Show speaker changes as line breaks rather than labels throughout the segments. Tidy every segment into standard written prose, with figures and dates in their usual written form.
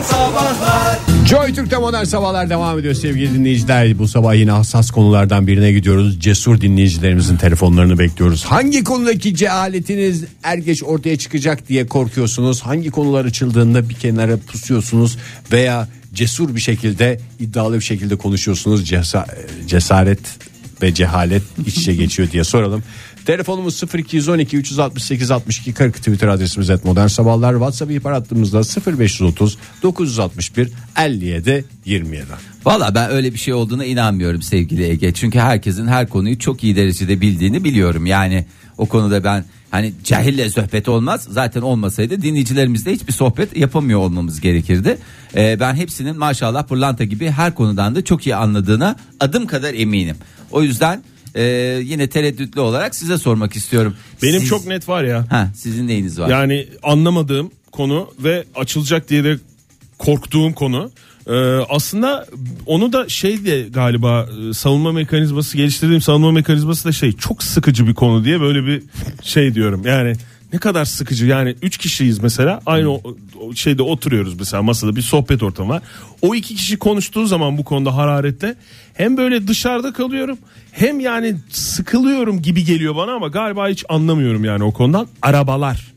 Sabahlar.
Joy Türk'te modern sabahlar devam ediyor sevgili dinleyiciler. Bu sabah yine hassas konulardan birine gidiyoruz. Cesur dinleyicilerimizin telefonlarını bekliyoruz. Hangi konudaki cehaletiniz er geç ortaya çıkacak diye korkuyorsunuz? Hangi konular açıldığında bir kenara pusuyorsunuz veya cesur bir şekilde, iddialı bir şekilde konuşuyorsunuz? Cesaret ve cehalet iç içe geçiyor diye soralım. Telefonumuz 0212 368 62 40, Twitter adresimiz @modernsabahlar, WhatsApp ihbar hattımızda 0530 961 57 27.
Valla ben öyle bir şey olduğuna inanmıyorum sevgili Ege. Çünkü herkesin her konuyu çok iyi derecede bildiğini biliyorum. Yani o konuda ben hani cahille sohbet olmaz. Zaten olmasaydı dinleyicilerimizle hiçbir sohbet yapamıyor olmamız gerekirdi. Ben hepsinin maşallah pırlanta gibi her konudan da çok iyi anladığına adım kadar eminim. O yüzden yine tereddütlü olarak size sormak istiyorum.
Benim çok net var ya.
Sizin neyiniz var?
Yani anlamadığım konu ve açılacak diye de korktuğum konu. Aslında onu da galiba savunma mekanizması, geliştirdiğim savunma mekanizması da çok sıkıcı bir konu diye böyle bir diyorum. Yani ne kadar sıkıcı, yani 3 kişiyiz mesela, aynı şeyde oturuyoruz mesela, masada bir sohbet ortamı var. O 2 kişi konuştuğu zaman bu konuda hararetle hem böyle dışarıda kalıyorum hem yani sıkılıyorum gibi geliyor bana, ama galiba hiç anlamıyorum yani o konudan. Arabalar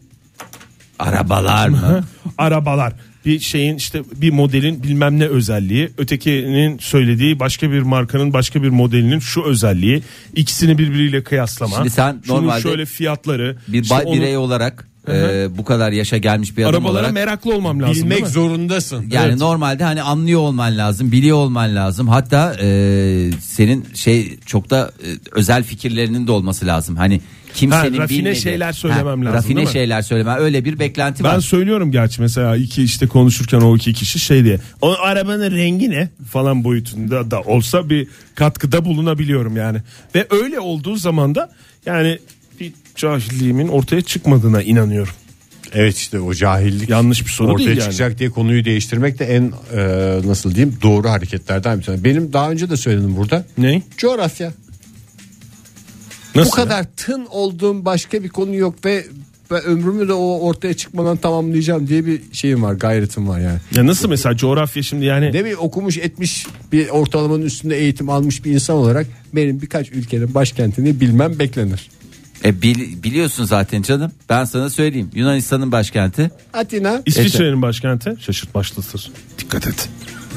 mı? Arabalar. Bir şeyin bir modelin bilmem ne özelliği, ötekinin söylediği başka bir markanın başka bir modelinin şu özelliği, ikisini birbiriyle kıyaslama.
Şimdi sen normalde
şöyle fiyatları
bir birey olarak bu kadar yaşa gelmiş bir adam
arabalara
olarak
meraklı olmam lazım.
Bilmek zorundasın.
Yani
evet.
Normalde hani anlıyor olman lazım, biliyor olman lazım. Hatta senin çok da özel fikirlerinin de olması lazım. Hani kimsenin
rafine
bilmediği
şeyler söylemem lazım.
Rafine şeyler söylemem, öyle bir beklenti var.
Ben söylüyorum gerçi mesela konuşurken o 2 kişi diye. O arabanın rengi ne falan boyutunda da olsa bir katkıda bulunabiliyorum yani. Ve öyle olduğu zaman da yani bir cahilliğimin ortaya çıkmadığına inanıyorum.
Evet, o cahillik
yanlış bir soru
ortaya
değil
çıkacak
yani
diye konuyu değiştirmek de en nasıl diyeyim, doğru hareketlerden bir tanesi. Benim daha önce de söyledim burada.
Ne?
Coğrafya.
Nasıl
bu kadar tın olduğum başka bir konu yok ve ömrümü de o ortaya çıkmadan tamamlayacağım diye bir şeyim var, gayretim var yani.
Ya nasıl mesela coğrafya şimdi yani?
Ne bileyim, okumuş etmiş bir ortalamanın üstünde eğitim almış bir insan olarak benim birkaç ülkenin başkentini bilmem beklenir.
Biliyorsun zaten canım. Ben sana söyleyeyim. Yunanistan'ın başkenti
Atina.
İsviçre'nin başkenti. Şaşırtmaçlısır. Dikkat et.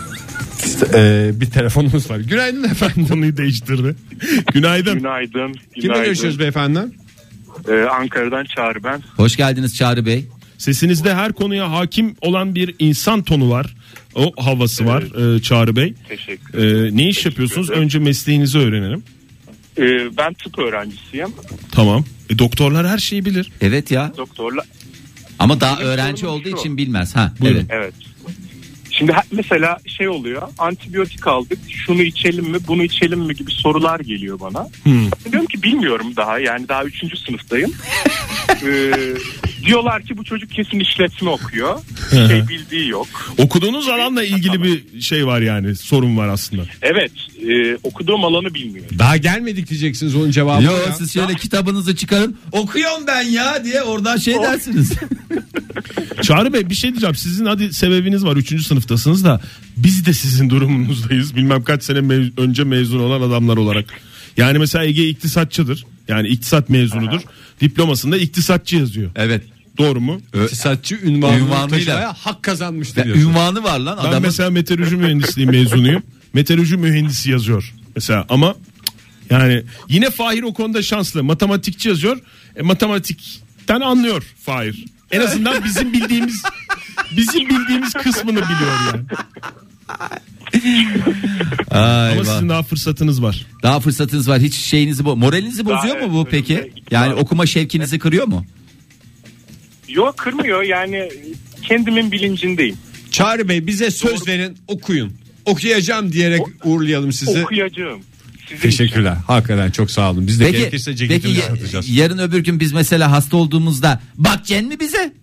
Bir telefonumuz var. Günaydın efendim.
Konuyu değiştirdi. Günaydın.
Günaydın.
Kimle görüşüyoruz beyefendi?
Ankara'dan Çağrı ben.
Hoş geldiniz Çağrı Bey.
Sesinizde her konuya hakim olan bir insan tonu var. O havası var Çağrı Bey.
Teşekkür ederim.
Ne iş yapıyorsunuz? Önce mesleğinizi öğrenelim.
Ben tıp öğrencisiyim.
Tamam. Doktorlar her şeyi bilir.
Evet ya.
Doktorlar.
Ama daha öğrenci olduğu için bilmez.
Buyurun.
Evet. Şimdi mesela oluyor, antibiyotik aldık, şunu içelim mi bunu içelim mi gibi sorular geliyor bana. Diyorum ki bilmiyorum daha, yani daha 3. sınıftayım. Diyorlar ki bu çocuk kesin işletme okuyor, bildiği yok.
Okuduğunuz alanla ilgili bir şey var, yani sorun var aslında.
Evet, okuduğum alanı bilmiyorum.
Daha gelmedik diyeceksiniz onun cevabını.
Yok, siz şöyle kitabınızı çıkarın, okuyorum ben ya diye oradan dersiniz.
Çağrı Bey, bir şey diyeceğim. Sizin hadi sebebiniz var, 3. sınıftasınız da biz de sizin durumunuzdayız. Bilmem kaç sene önce mezun olan adamlar olarak. Yani mesela Ege iktisatçıdır. Yani iktisat mezunudur. Diplomasında iktisatçı yazıyor.
Evet.
Doğru mu?
İktisatçı ünvanıyla hak kazanmıştır.
Ünvanı var lan adamın.
Ben mesela meteoroloji mühendisliği mezunuyum. Meteoroloji mühendisi yazıyor mesela, ama yani yine Fahir o konuda şanslı. Matematikçi yazıyor. Matematikten anlıyor Fahir. En azından bizim bildiğimiz kısmını biliyor yani. Ama sizin daha fırsatınız var.
Daha fırsatınız var. Hiç şeyinizi moralinizi bozuyor mu bu peki? Yani okuma şevkinizi kırıyor mu?
Yok, kırmıyor, yani kendimin bilincindeyim.
Çağrı Bey, bize söz verin, okuyun. Okuyacağım diyerek uğurlayalım sizi.
Okuyacağım.
Teşekkürler. Hakikaten çok sağ olun. Biz de gerekirse ceketimizi satacağız.
Yarın öbür gün biz mesela hasta olduğumuzda bakacaksın mı bize?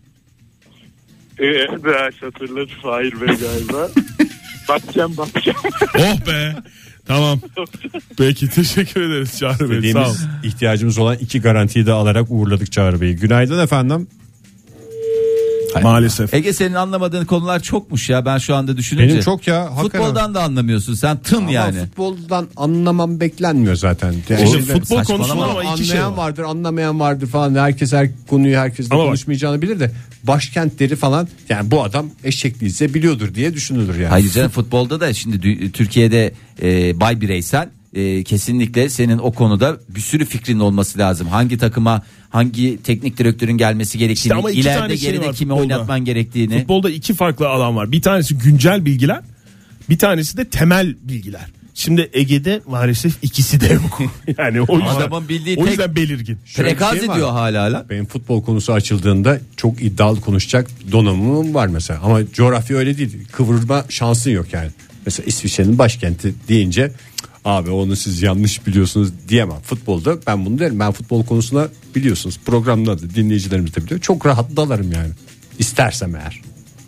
Hatırladı Fahir Bey galiba. Bakacağım.
Oh be. Tamam. Peki, teşekkür ederiz Çağrı Bey. Sağ olun.
İhtiyacımız olan 2 garantiyi de alarak uğurladık Çağrı Bey'i. Günaydın efendim.
Maalesef.
Ege, senin anlamadığın konular çokmuş ya, ben şu anda düşününce.
Benim çok ya, hakikaten.
Futboldan da anlamıyorsun sen,
Ama
yani.
futboldan anlamam beklenmiyor zaten.
İşte
Şimdi
futbol
saçmalama.
konusunda ama iki şey
anlayan
var.
vardır, anlamayan vardır falan. Herkes her konuyu herkesle
Ama bak-
konuşmayacağını bilir de başkentleri falan, yani bu adam eşek değilse biliyordur diye düşünülür yani.
Hayır canım, futbolda da şimdi Türkiye'de bay bireysen kesinlikle senin o konuda bir sürü fikrin olması lazım. Hangi takıma hangi teknik direktörün gelmesi gerektiğini,
ama iki
ileride
tane şey
geride
var
kimi
futbolda.
oynatman gerektiğini.
Futbolda iki farklı alan var. Bir tanesi güncel bilgiler, bir tanesi de temel bilgiler. Şimdi Ege'de maalesef ikisi de yok. Yani o yüzden,
Adamın bildiği
o
tek-
yüzden belirgin.
Şöyle bir
Prekaz
şey var.
ediyor hala.
Benim futbol konusu açıldığında çok iddialı konuşacak donanımım var mesela. Ama coğrafya öyle değil. Kıvırma şansın yok yani. Mesela İsviçre'nin başkenti deyince abi onu siz yanlış biliyorsunuz diyemem. Futbolda ben bunu derim. Ben futbol konusuna biliyorsunuz programda da dinleyicilerimiz de biliyor. Çok rahat dalarım yani. İstersem eğer.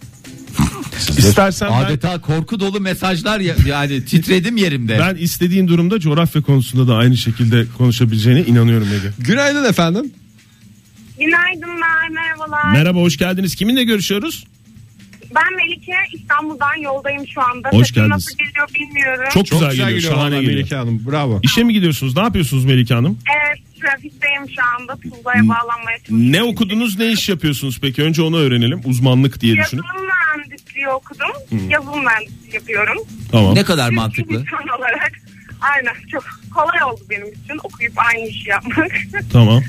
İstersen
Adeta korku dolu mesajlar yani titredim yerimde.
ben istediğin durumda coğrafya konusunda da aynı şekilde konuşabileceğine inanıyorum Ege.
Günaydın efendim.
Günaydınlar, merhabalar.
Merhaba, hoş geldiniz. Kiminle görüşüyoruz?
Ben Melike, İstanbul'dan yoldayım şu anda.
Hoş
Sesim
geldiniz.
nasıl geliyor bilmiyorum.
Çok güzel geliyor, şahane
vallahi
geliyor.
Melike Hanım, bravo.
İşe mi gidiyorsunuz? Ne yapıyorsunuz Melike Hanım?
Evet, trafikteyim şu anda. Tuzla'ya bağlanmaya çalışıyorum.
Ne okudunuz, ne iş yapıyorsunuz peki? Önce onu öğrenelim. Uzmanlık diye düşünün.
Yazılım mühendisliği okudum. Yazılım mühendisliği yapıyorum.
Tamam.
Ne kadar mantıklı.
İnsan olarak. Aynen, çok kolay oldu benim için okuyup aynı işi yapmak.
Tamam.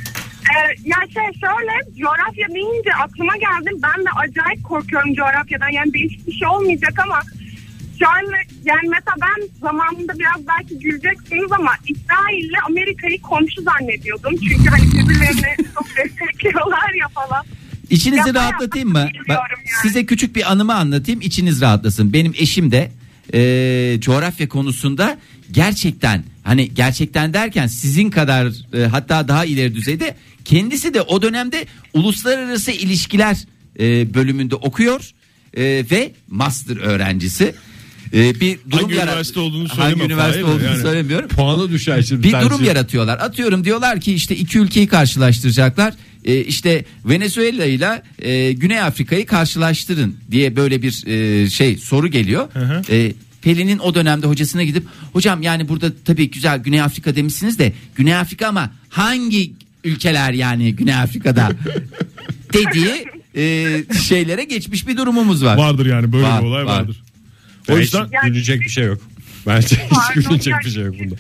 Şöyle, coğrafya deyince aklıma geldi. Ben de acayip korkuyorum coğrafyadan. Yani değişik bir şey olmayacak ama şöyle, yani mesela ben zamanında biraz belki güleceksiniz ama İsrail ile Amerika'yı komşu zannediyordum. Çünkü hani birbirlerini çok destekliyorlar ya falan.
İçinizi
Ya
rahatlatayım mı?
bayağı
Bak,
yani.
size küçük bir anımı anlatayım, içiniz rahatlasın. Benim eşim de coğrafya konusunda gerçekten, hani gerçekten derken sizin kadar hatta daha ileri düzeyde, kendisi de o dönemde uluslararası ilişkiler bölümünde okuyor ve master öğrencisi. Bir durum
Hangi üniversite olduğunu söyleme.
Hangi üniversite
Fahir,
olduğunu
yani.
söylemiyorum.
Puanı düşer şimdi.
Bir durum yaratıyorlar. Atıyorum, diyorlar ki işte iki ülkeyi karşılaştıracaklar. İşte Venezuela ile Güney Afrika'yı karşılaştırın diye böyle bir soru geliyor. Pelin'in o dönemde hocasına gidip, hocam yani burada tabii güzel Güney Afrika demişsiniz de Güney Afrika ama hangi ülkeler yani Güney Afrika'da dediği şeylere geçmiş bir durumumuz var.
Vardır yani, böyle
Var,
bir olay
var.
vardır. O yüzden
Gülecek bir şey yok. Bence hiç gülecek bir şey yok bunda.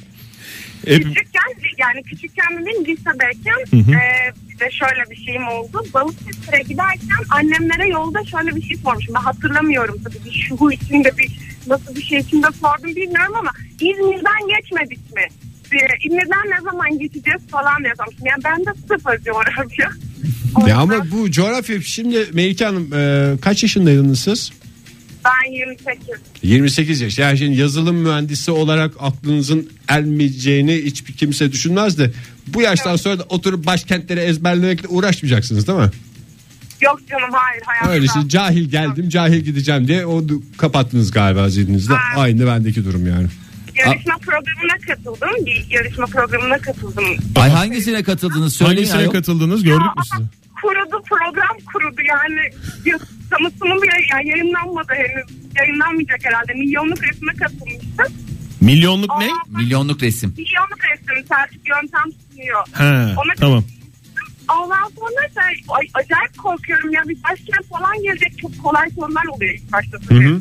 Küçükken benim lisedeyken bir de şöyle bir şeyim oldu. Balıkesir'e giderken annemlere yolda şöyle bir şey sormuşum. Ben hatırlamıyorum tabii, bir şu içinde bir nasıl bir şey içinde sordum bilmiyorum ama İzmir'den geçmedik mi? İzmir'den ne zaman geçeceğiz falan diye sormuşum. Yani ben de sıfır coğrafya.
Ya ama bu coğrafya, şimdi Melike Hanım kaç yaşındaydınız siz?
Ben 28.
28 yaş. Yani şimdi yazılım mühendisi olarak aklınızın ermeyeceğini hiçbir kimse düşünmez de bu yaştan sonra da oturup başkentleri ezberlemekle uğraşmayacaksınız değil mi?
Yok canım, hayır, hayatımda.
Öyle işte cahil geldim cahil gideceğim diye kapattınız galiba zihninizde. Aynı bendeki durum yani.
Yarışma programına katıldım. Bir yarışma programına katıldım.
Ay, hangisine katıldınız söyleyin.
hangisine
ayol.
katıldınız, gördük mü sizi?
Program kurudu yani. Tanıtımı bile yani yayınlanmadı henüz. Yayınlanmayacak herhalde. Milyonluk resme katılmıştım.
Milyonluk ne?
Milyonluk resim.
Milyonluk resim Selçuk Yöntem sunuyor.
He,
Ona
tamam.
ondan sonra acayip korkuyorum ya, bir başkent falan gelecek, çok kolay sorular oluyor ilk başta.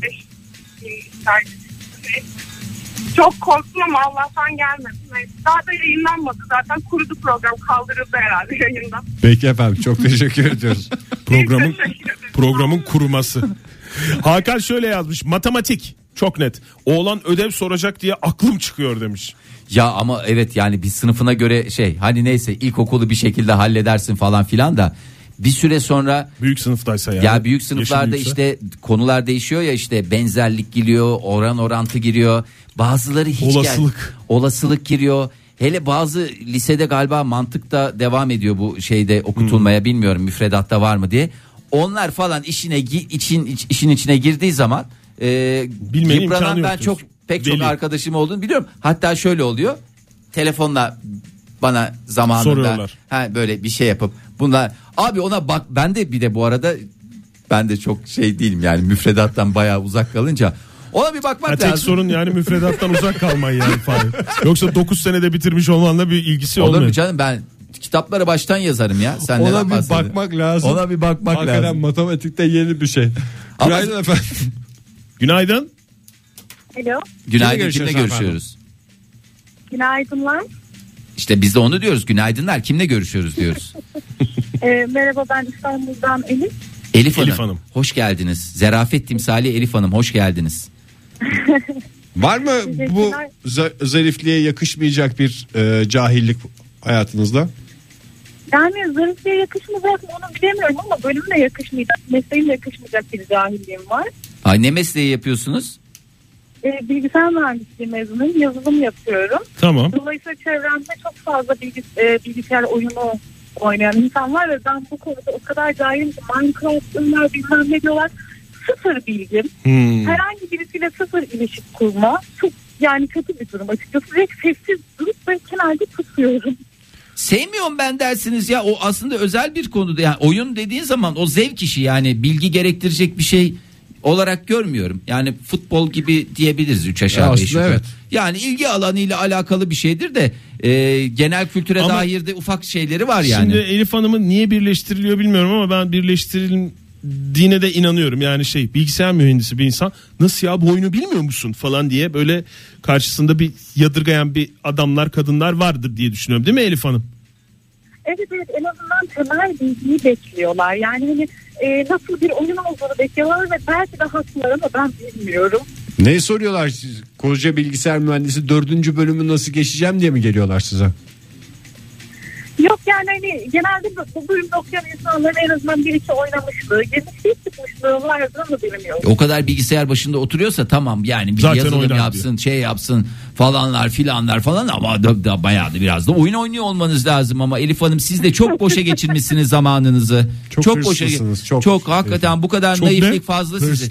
Çok korktum ama Allah'tan gelmedi. Daha da yayınlanmadı zaten, kurudu program, kaldırıldı herhalde yayından.
Peki efendim, çok teşekkür ediyoruz.
Programın kuruması. Hakan şöyle yazmış: matematik çok net. Oğlan ödev soracak diye aklım çıkıyor demiş.
Ya ama evet, yani bir sınıfına göre hani neyse, ilkokulu bir şekilde halledersin falan filan da bir süre sonra
Büyük sınıftaysa yani.
ya büyük sınıflarda işte konular değişiyor ya, işte benzerlik giriyor, orantı giriyor. Bazıları hiç olasılık giriyor. Hele bazı lisede galiba mantık da devam ediyor bu şeyde okutulmaya, bilmiyorum müfredatta var mı diye. Onlar falan işin içine girdiği zaman yıpranan ben pek çok arkadaşım olduğunu biliyorum. Hatta şöyle oluyor. Telefonla bana zamanında
soruyorlar.
Böyle bir şey yapıp bunlar abi ona bak, ben de bir de bu arada Ben de çok şey değilim yani, müfredattan bayağı uzak kalınca ona bir bakmak lazım.
Tek sorun yani müfredattan uzak kalman yani Fahir. Yoksa 9 senede bitirmiş olmanla bir ilgisi olmuyor.
Olur mu canım, ben kitapları baştan yazarım ya. Sen
ona bir bakmak lazım.
Ona bir bakmak
hakikaten
lazım.
Matematikte yeni bir şey. Günaydın efendim.
Günaydın.
Alo.
Günaydın, kimle görüşüyoruz?
Günaydınlar.
İşte biz de onu diyoruz. Günaydınlar, kimle görüşüyoruz diyoruz.
Merhaba, ben İstanbul'dan Elif.
Elif
Elif
Hanım.
Hanım.
Hoş geldiniz. Zerafet timsali Elif Hanım, hoş geldiniz.
Var mı bu zarifliğe yakışmayacak bir cahillik hayatınızda?
Yani zarifliğe yakışmayacak mı onu bilemiyorum ama bölümle yakışmayacak, mesleğimle yakışmayacak bir cahilliğim var.
Ay, ne mesleği yapıyorsunuz?
Bilgisayar mühendisliği mezunuyum, yazılım yapıyorum.
Tamam.
Dolayısıyla çevremde çok fazla bilgisayar oyunu oynayan insan var ve ben bu konuda o kadar cahilim ki Minecraft'ınlar bilmem ne diyorlar. Sıfır bilgim. Herhangi birisiyle sıfır ilişki kurma. Çok yani kötü bir durum açıkçası. Direkt sessiz durup ve kenarda tutuyorum.
Sevmiyorum ben dersiniz ya, o aslında özel bir konuda. Yani oyun dediğin zaman o zevk işi, yani bilgi gerektirecek bir şey olarak görmüyorum. Yani futbol gibi diyebiliriz 3 aşağı 5 yukarı. Evet. Yani ilgi alanıyla alakalı bir şeydir de genel kültüre dair de ufak şeyleri var yani.
Şimdi Elif Hanım'ın niye birleştiriliyor bilmiyorum ama ben birleştirildiğine de inanıyorum. Yani bilgisayar mühendisi bir insan nasıl ya, bu oyunu bilmiyor musun falan diye böyle karşısında bir yadırgayan bir adamlar, kadınlar vardır diye düşünüyorum, değil mi Elif Hanım?
Evet, en azından temel bilgiyi bekliyorlar. Yani hani nasıl bir oyun olduğunu bekliyorlar ve belki de haklılar ama ben bilmiyorum.
Neyi soruyorlar siz? Koca bilgisayar mühendisi 4. bölümü nasıl geçeceğim diye mi geliyorlar size?
Yok yani hani genelde bu bölümde okuyan insanların en azından bir iki oynamışlığı, geliştiği çıkmışlığı vardır ama bilmiyorum.
O kadar bilgisayar başında oturuyorsa tamam yani bir
zaten
yazılım yapsın diyor. Yapsın falanlar filanlar falan ama da bayağı da biraz da oyun oynuyor olmanız lazım. Ama Elif Hanım, siz de çok boşa geçirmişsiniz zamanınızı. Çok boşa. Çok hakikaten bu kadar çok naiflik fazla size.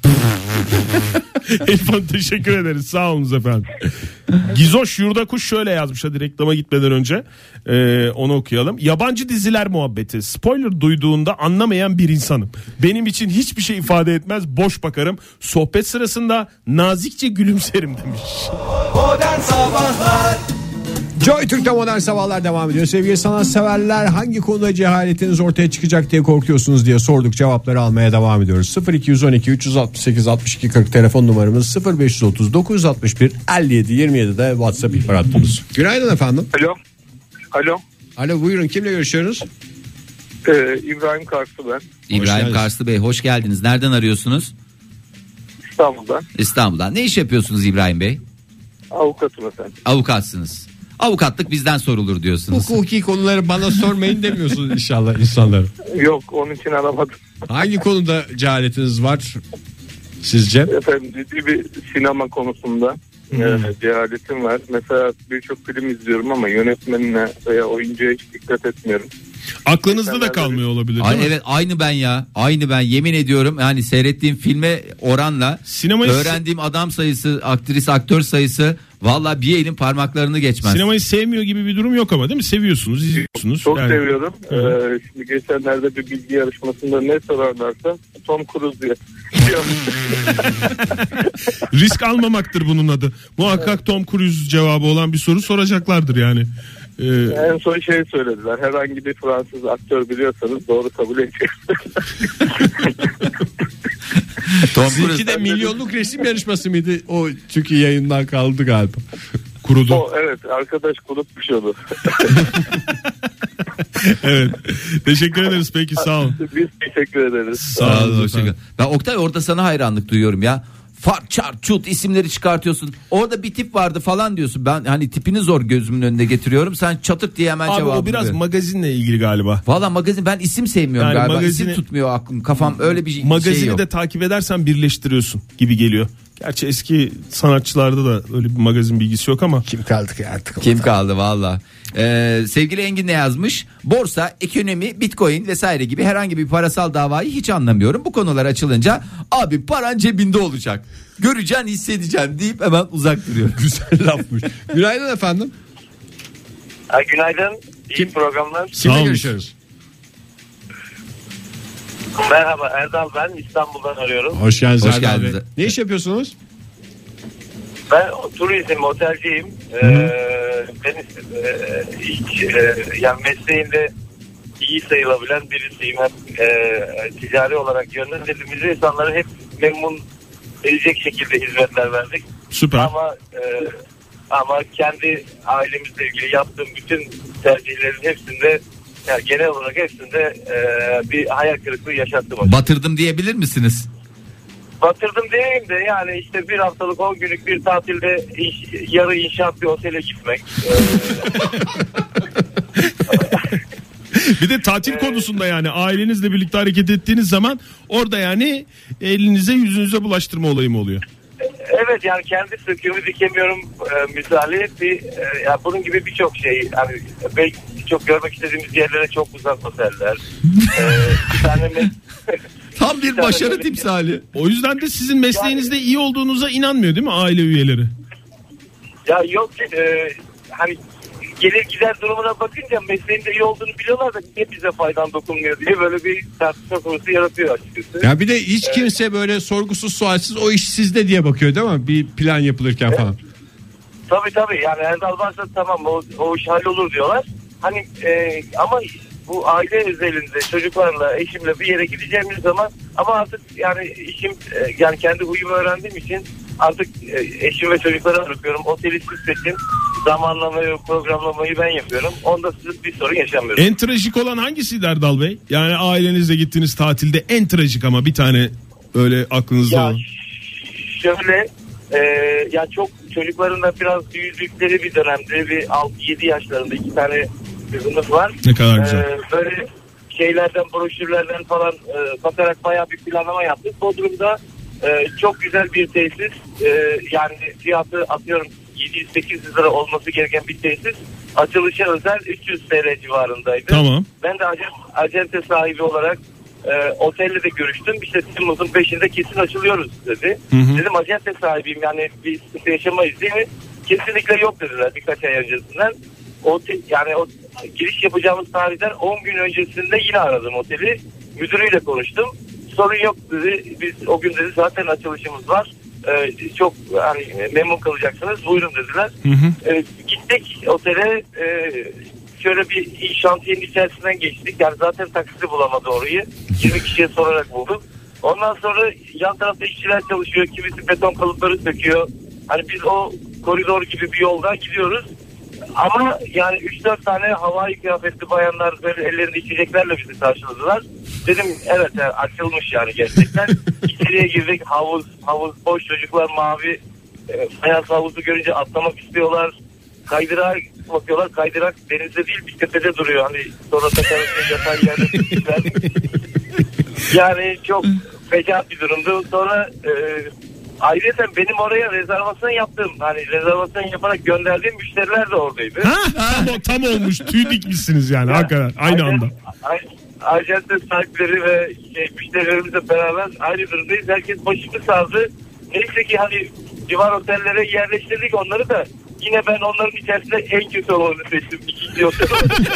Elif Hanım, teşekkür ederiz, sağ olunuz efendim. Gizoş Yurda Kuş şöyle yazmış, hadi reklama gitmeden önce onu okuyalım. Yabancı diziler muhabbeti, spoiler duyduğunda anlamayan bir insanım. Benim için hiçbir şey ifade etmez, boş bakarım, sohbet sırasında nazikçe gülümserim demiş.
Modern Sabahlar Joy Türk'te Modern Sabahlar devam ediyor. Sevgili sanatseverler, hangi konuda cehaletiniz ortaya çıkacak diye korkuyorsunuz diye sorduk, cevapları almaya devam ediyoruz. 0212 368 62 40 telefon numaramız, 0530 961 57 27 de WhatsApp ihbar hattımız. Günaydın efendim.
Alo,
buyurun, kimle görüşüyoruz?
İbrahim Karslı ben.
İbrahim Karslı Bey, hoş geldiniz. Nereden arıyorsunuz? İstanbul'dan. Ne iş yapıyorsunuz İbrahim Bey?
Avukatım efendim.
Avukatsınız. Avukatlık bizden sorulur diyorsunuz.
Hukuki konuları bana sormayın demiyorsunuz inşallah insanlara.
Yok, onun için aramadım.
Hangi konuda cehaletiniz var sizce?
Efendim, ciddi bir sinema konusunda cehaletim var. Mesela birçok film izliyorum ama yönetmenine veya oyuncuya hiç dikkat etmiyorum.
Aklınızda da kalmıyor olabilir değil mi?
Evet, aynı ben ya. Aynı ben, yemin ediyorum. Yani seyrettiğim filme oranla öğrendiğim adam sayısı, aktör sayısı vallahi bir elin parmaklarını geçmez.
Sinemayı sevmiyor gibi bir durum yok ama, değil mi? Seviyorsunuz, izliyorsunuz.
Çok seviyorum. Şimdi geçenlerde bir bilgi yarışmasında ne sorarlarsa Tom Cruise diye.
Risk almamaktır bunun adı. Muhakkak Tom Cruise cevabı olan bir soru soracaklardır yani.
En son söylediler. Herhangi bir Fransız aktör biliyorsanız doğru kabul ediyor.
Sizinki de milyonluk resim yarışması mıydı? O çünkü yayından kaldı galiba.
Kurudu.
Evet, arkadaş kurutmuş onu.
Evet. Teşekkür ederiz, peki, sağ olun.
Biz teşekkür ederiz.
Sağ olun. Ben Oktay, orada sana hayranlık duyuyorum ya. Çart çut isimleri çıkartıyorsun. Orada bir tip vardı falan diyorsun. Ben hani tipini zor gözümün önünde getiriyorum. Sen çatırt diye hemen cevap.
O biraz magazinle ilgili galiba.
Valla magazin, ben isim sevmiyorum yani galiba. İsim tutmuyor aklım, kafam, öyle bir şey yok.
Magazini de takip edersen birleştiriyorsun gibi geliyor. Gerçi eski sanatçılarda da öyle bir magazin bilgisi yok ama.
Kim kaldı ki artık?
Kim kaldı valla. Sevgili Engin ne yazmış? Borsa, ekonomi, bitcoin vesaire gibi herhangi bir parasal davayı hiç anlamıyorum. Bu konular açılınca abi paran cebinde olacak, göreceksin, hissedeceksin deyip hemen uzak duruyor.
Güzel lafmış. Günaydın efendim.
Günaydın. İyi programlar.
Kimle görüşüyoruz?
Merhaba Erdal, ben İstanbul'dan arıyorum.
Hoş geldiniz
Hoş
Erdal Bey.
geldiniz.
Ne iş yapıyorsunuz?
Ben turizm, otelciyim. Ben yani mesleğimde iyi sayılabilen birisiyim. Hep ticari olarak yönlendirdiğimiz insanları hep memnun edecek şekilde hizmetler verdik.
Süper.
Ama kendi ailemizle ilgili yaptığım bütün tercihlerin hepsinde, yani genel olarak hepsinde bir hayal kırıklığı yaşattım.
Batırdım diyebilir misiniz?
Batırdım diyeyim de yani işte bir haftalık 10 günlük bir tatilde yarı inşaat bir otele gitmek.
Bir de tatil konusunda yani ailenizle birlikte hareket ettiğiniz zaman orada yani elinize yüzünüze bulaştırma olayı mı oluyor?
Evet, yani kendi söküğümü dikemiyorum misali. Yani bunun gibi birçok şey. Yani belki çok görmek istediğimiz yerlere çok uzak oteller.
Tam bir başarı timsali.
O yüzden de sizin mesleğinizde iyi olduğunuza inanmıyor değil mi aile üyeleri?
Ya yok, hani gelir gider durumuna bakınca mesleğinde iyi olduğunu biliyorlar da niye bize faydan dokunmuyor diye böyle bir tartışma konusu yaratıyor açıkçası.
Ya bir de hiç kimse böyle sorgusuz sualsiz o iş sizde diye bakıyor değil mi? Bir plan yapılırken falan.
Tabii yani Erdal varsa tamam o iş hallolur diyorlar. Hani ama bu aile özelinde çocuklarla eşimle bir yere gideceğimiz zaman ama artık yani işim yani kendi huyumu öğrendiğim için artık eşim ve çocuklara bırakıyorum. Oteli siz seçin, zamanlamayı, programlamayı ben yapıyorum. Onda siz bir sorun yaşamıyorsunuz.
En trajik olan hangisiydi Erdal Bey? Yani ailenizle gittiğiniz tatilde en trajik ama bir tane öyle aklınızda olan.
Şöyle ya çok çocukların da biraz büyüdükleri bir dönemde bir 6-7 yaşlarında 2 tane kızımız var.
Ne kadar güzel.
Böyle şeylerden, broşürlerden falan bakarak bayağı bir planlama yaptık. Bodrum'da çok güzel bir tesis, yani fiyatı atıyorum 700-800 lira olması gereken bir tesis. Açılışa özel 300 TL civarındaydı.
Tamam.
Ben de acente sahibi olarak otelle de görüştüm. İşte Temmuz'un 5'inde kesin açılıyoruz dedi. Hı. Dedim acente sahibiyim, yani bir sıkıntı yaşamayız değil mi? Kesinlikle yok dediler birkaç ay öncesinden. Yani o giriş yapacağımız tarihten 10 gün öncesinde yine aradım oteli. Müdürüyle konuştum. Sorun yok dedi. Biz o gün dedi zaten açılışımız var. Çok hani memnun kalacaksınız. Buyurun dediler. Gittik otele. Şöyle bir şantiyenin içerisinden geçtik. Yani zaten taksisi bulamadı orayı. 20 kişiye sorarak bulduk. Ondan sonra yan tarafta işçiler çalışıyor. Kimisi beton kalıpları söküyor. Hani biz o koridor gibi bir yoldan gidiyoruz. Ama yani 3-4 tane havai kıyafetli bayanlar böyle ellerinde içeceklerle bizi karşıladılar. Dedim evet yani açılmış yani gerçekten. İçeriye girdik, havuz boş, çocuklar mavi beyaz havuzu görünce atlamak istiyorlar. Kaydırağa bakıyorlar, kaydırak denizde değil bir tepede duruyor. Hani sonra takarız yatan yerde tutmuşlar. Yani çok fecaat bir durumdu. Sonra ayrıca benim oraya rezervasyon yaptığım, hani rezervasyon yaparak gönderdiğim müşteriler de oradaydı.
Tam olmuş. Tüy dikmişsiniz yani hakikaten aynı anda.
Ajante sahipleri ve müşterilerimizle beraber aynı durumdayız. Herkes başını sardı. Neyse ki hani civar otellere yerleştirdik onları da. Yine ben onların içerisinde en kötü olanı seçtim. İkinci otel.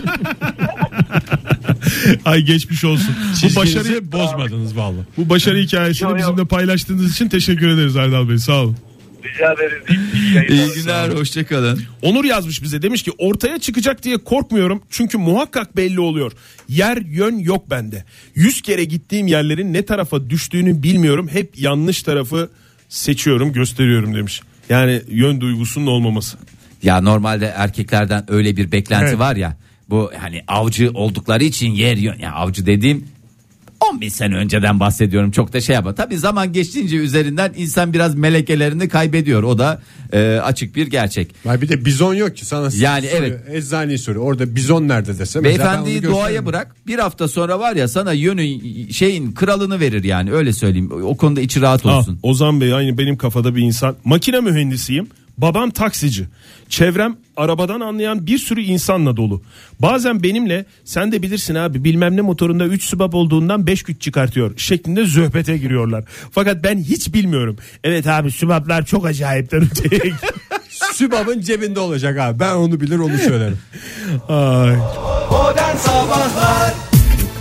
Ay geçmiş olsun.
Bu başarıyı bozmadınız vallahi.
Bu başarı hikayesini bizimle paylaştığınız için teşekkür ederiz Erdal Bey. Sağ olun.
Rica ederiz.
İyi günler, hoşçakalın.
Onur yazmış bize, demiş ki ortaya çıkacak diye korkmuyorum çünkü muhakkak belli oluyor. Yer yön yok bende. 100 kere gittiğim yerlerin ne tarafa düştüğünü bilmiyorum. Hep yanlış tarafı seçiyorum, gösteriyorum demiş. Yani yön duygusunun olmaması.
Ya normalde erkeklerden öyle bir beklenti var ya. Bu hani avcı oldukları için yer yön. Yani avcı dediğim 10.000 sene önceden bahsediyorum, çok da şey yapma. Tabii zaman geçtiğince üzerinden insan biraz melekelerini kaybediyor. O da açık bir gerçek.
Bir de bizon yok ki sana.
Yani
soruyor, evet. Eczaneyi soruyor. Orada bizon nerede dese.
Beyefendiyi doğaya bırak. Bir hafta sonra var ya sana yönün şeyin kralını verir yani, öyle söyleyeyim. O konuda içi rahat olsun.
Ozan Bey aynı benim kafada bir insan. Makine mühendisiyim. Babam taksici. Çevrem arabadan anlayan bir sürü insanla dolu. Bazen benimle sen de bilirsin abi bilmem ne motorunda 3 sübap olduğundan 5 güç çıkartıyor şeklinde zöhbete giriyorlar. Fakat ben hiç bilmiyorum. Evet abi sübaplar çok acayipler öteye.
Sübabın cebinde olacak abi. Ben onu bilir onu söylerim.
Ay.
Modern Sabahlar.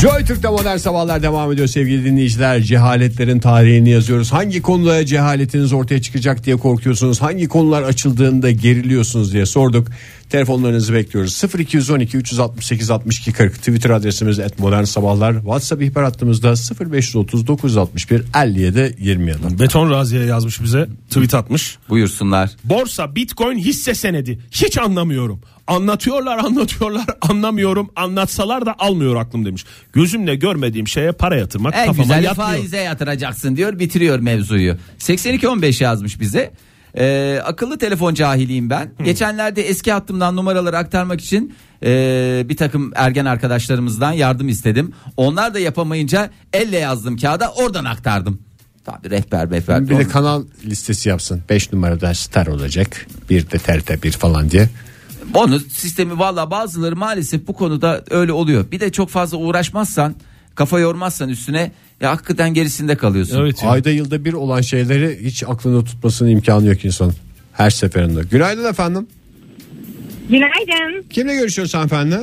Joy Türk'te modern sabahlar devam ediyor sevgili dinleyiciler. Cehaletlerin tarihini yazıyoruz. Hangi konuda cehaletiniz ortaya çıkacak diye korkuyorsunuz? Hangi konular açıldığında geriliyorsunuz diye sorduk. Telefonlarınızı bekliyoruz. 0212 368 62 40 Twitter adresimiz @modernsabahlar. WhatsApp ihbar hattımızda 0530 961 57 27.
Beton Raziye yazmış bize, tweet atmış.
Buyursunlar.
Borsa, Bitcoin, hisse senedi. Hiç anlamıyorum. Anlatıyorlar anlamıyorum. Anlatsalar da almıyor aklım demiş. Gözümle görmediğim şeye para yatırmak
En
kafama
güzeli
yatmıyor.
faize yatıracaksın diyor, bitiriyor mevzuyu. 8215 yazmış bize. Akıllı telefon cahiliyim ben. Geçenlerde eski hattımdan numaraları aktarmak için bir takım ergen arkadaşlarımızdan yardım istedim. Onlar da yapamayınca elle yazdım kağıda, oradan aktardım. Tabii rehber.
Bir de kanal listesi yapsın. 5 numarada star olacak. Bir de TRT 1 falan diye.
Onu sistemi valla bazıları maalesef bu konuda öyle oluyor. Bir de çok fazla uğraşmazsan, kafa yormazsan üstüne, ya hakikaten gerisinde kalıyorsun.
Evet.
Ayda yılda bir olan şeyleri hiç aklında tutmasının imkanı yok insanın. Her seferinde. Günaydın efendim.
Günaydın.
Kimle görüşüyoruz hanımefendi?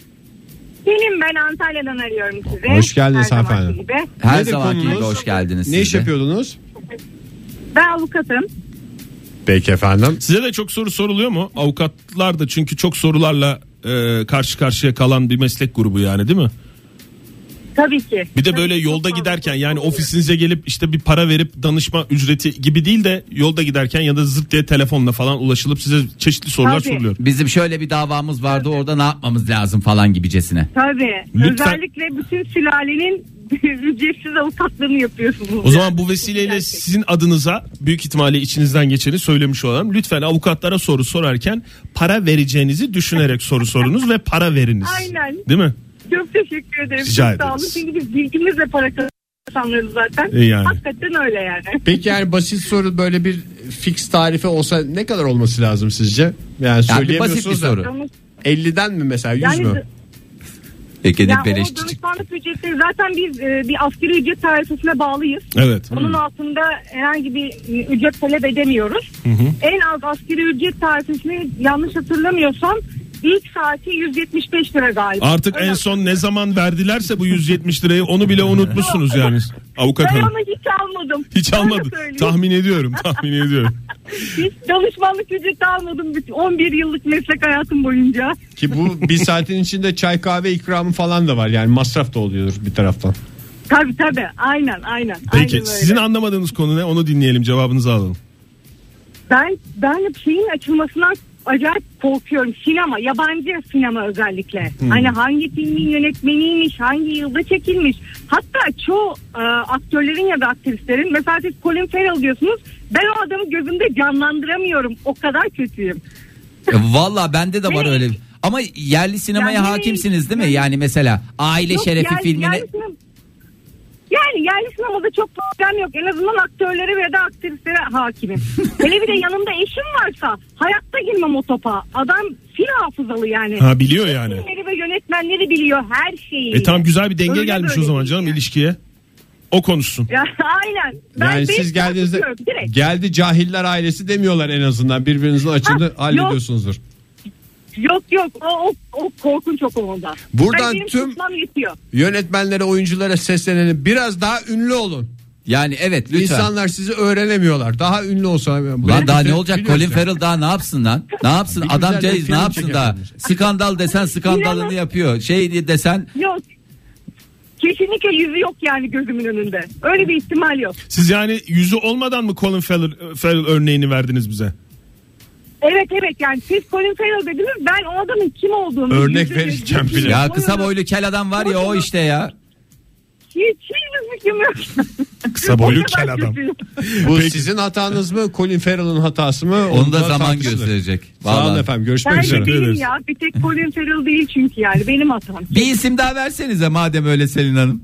Ben Antalya'dan arıyorum sizi.
Hoş geldiniz
Her zamanki
hanımefendi.
gibi.
Her
Nedir
zamanki gibi
konunuz?
hoş geldiniz.
Ne iş
siz de.
yapıyordunuz?
Ben avukatım.
Peki efendim.
Size de çok soru soruluyor mu? Avukatlar da çünkü çok sorularla karşı karşıya kalan bir meslek grubu yani, değil mi?
Tabii ki.
Bir de
Tabii
böyle
ki,
yolda
çok fazla
giderken, yani
oluyor.
ofisinize gelip işte bir para verip danışma ücreti gibi değil de yolda giderken ya da zırt diye telefonla falan ulaşılıp size çeşitli sorular
Tabii.
soruluyor.
Bizim şöyle bir davamız vardı, orada ne yapmamız lazım falan gibicesine.
Tabii.
Lütfen.
Özellikle bütün sülalenin ücretsiz avukatlığını yapıyorsunuz.
O zaman bu vesileyle sizin adınıza büyük ihtimalle içinizden geçeni söylemiş olalım. Lütfen avukatlara soru sorarken para vereceğinizi düşünerek soru sorunuz ve para veriniz.
Aynen.
Değil mi?
Çok teşekkür ederim.
Rica
Çok sağ olun.
ederiz.
Çünkü biz bilgimizle para kazanıyoruz zaten.
Yani.
Hakikaten öyle yani.
Peki yani basit soru böyle bir fix tarife olsa ne kadar olması lazım sizce? Yani
Yani basit bir
söyleyemiyorsunuz da.
soru.
50'den mi mesela 100
Yani
mü?
Peki
ya
beleş
o danışmanlık ücretleri zaten biz bir asgari ücret tarifesine bağlıyız.
Evet.
Onun altında herhangi bir ücret talep edemiyoruz. En az asgari ücret tarifesini yanlış hatırlamıyorsam ilk saati 175 lira galiba.
Artık en son ne zaman verdilerse bu 170 lirayı onu bile unutmuşsunuz yani avukat
Ben
hanım.
onu hiç almadım.
Hiç
Öyle
almadım.
söyleyeyim.
Tahmin ediyorum.
Hiç danışmanlık ücreti almadım. 11 yıllık meslek hayatım boyunca.
Ki bu bir saatin içinde çay kahve ikramı falan da var. Yani masraf da oluyordur bir taraftan.
Tabii. Aynen.
Peki
Aynen öyle.
sizin anlamadığınız konu ne? Onu dinleyelim, cevabınızı alalım.
Ben şeyin açılmasından acayip korkuyorum. Sinema, yabancı sinema özellikle. Hani hangi filmin yönetmeniymiş, hangi yılda çekilmiş. Hatta çoğu aktörlerin ya da aktrislerin, mesela siz Colin Farrell diyorsunuz. Ben o adamı gözümde canlandıramıyorum. O kadar kötüyüm.
Valla bende de var öyle. Ama yerli sinemaya
Yani-
hakimsiniz değil mi? Yani mesela Aile
Yok,
Şerefi filmini.
Yani yerli sinemada çok problem yok. En azından aktörlere ve de aktrislere hakimim. Hele bir de yanımda eşim varsa hayatta girmem o topa. Adam fil hafızalı yani.
Ha, biliyor yani.
Filmleri ve yönetmenleri biliyor, her şeyi.
Tamam, güzel bir denge
Öyle
gelmiş o
böyle
zaman
değil
canım
yani.
ilişkiye. O konuşsun.
Ya, aynen.
Yani
Ben
siz geldiğinizde
direkt.
geldi cahiller ailesi demiyorlar en azından. Birbirinizin açını hallediyorsunuzdur.
Yok o korkunç çok onda.
Buradan
Benim
tüm
tutmam yetiyor.
yönetmenlere, oyunculara seslenelim. Biraz daha ünlü olun.
Yani evet lütfen.
İnsanlar sizi öğrenemiyorlar. Daha ünlü olsa.
Ulan daha ne olacak? Colin Farrell daha ne yapsın lan? Ne yapsın?
Bir güzel
Adamcağız
bir
ne
film
yapsın
çeker
daha?
bence.
Skandal desen skandalını yapıyor. Şey desen
Yok. Kesinlikle yüzü yok yani gözümün önünde. Öyle bir ihtimal yok.
Siz yani yüzü olmadan mı Colin Farrell örneğini verdiniz bize?
Evet yani siz Colin Farrell dediniz, ben o adamın kim olduğunu
Örnek
yüzü-
verirken bile.
ya kısa boylu kel adam var ya o işte ya.
hiçbir fikrim yok.
Kısa boylu
O kadar
kel adam.
kötüyüm.
Bu
Peki.
sizin hatanız mı, Colin Farrell'ın hatası mı?
Onu da zaman
tartışılır.
gösterecek.
Sağ olun
Vallahi.
efendim. Görüşmek
Bence
üzere.
benim
ederiz.
ya, bir tek Colin Farrell değil çünkü yani benim hatam.
Bir isim daha versenize madem öyle Selin Hanım.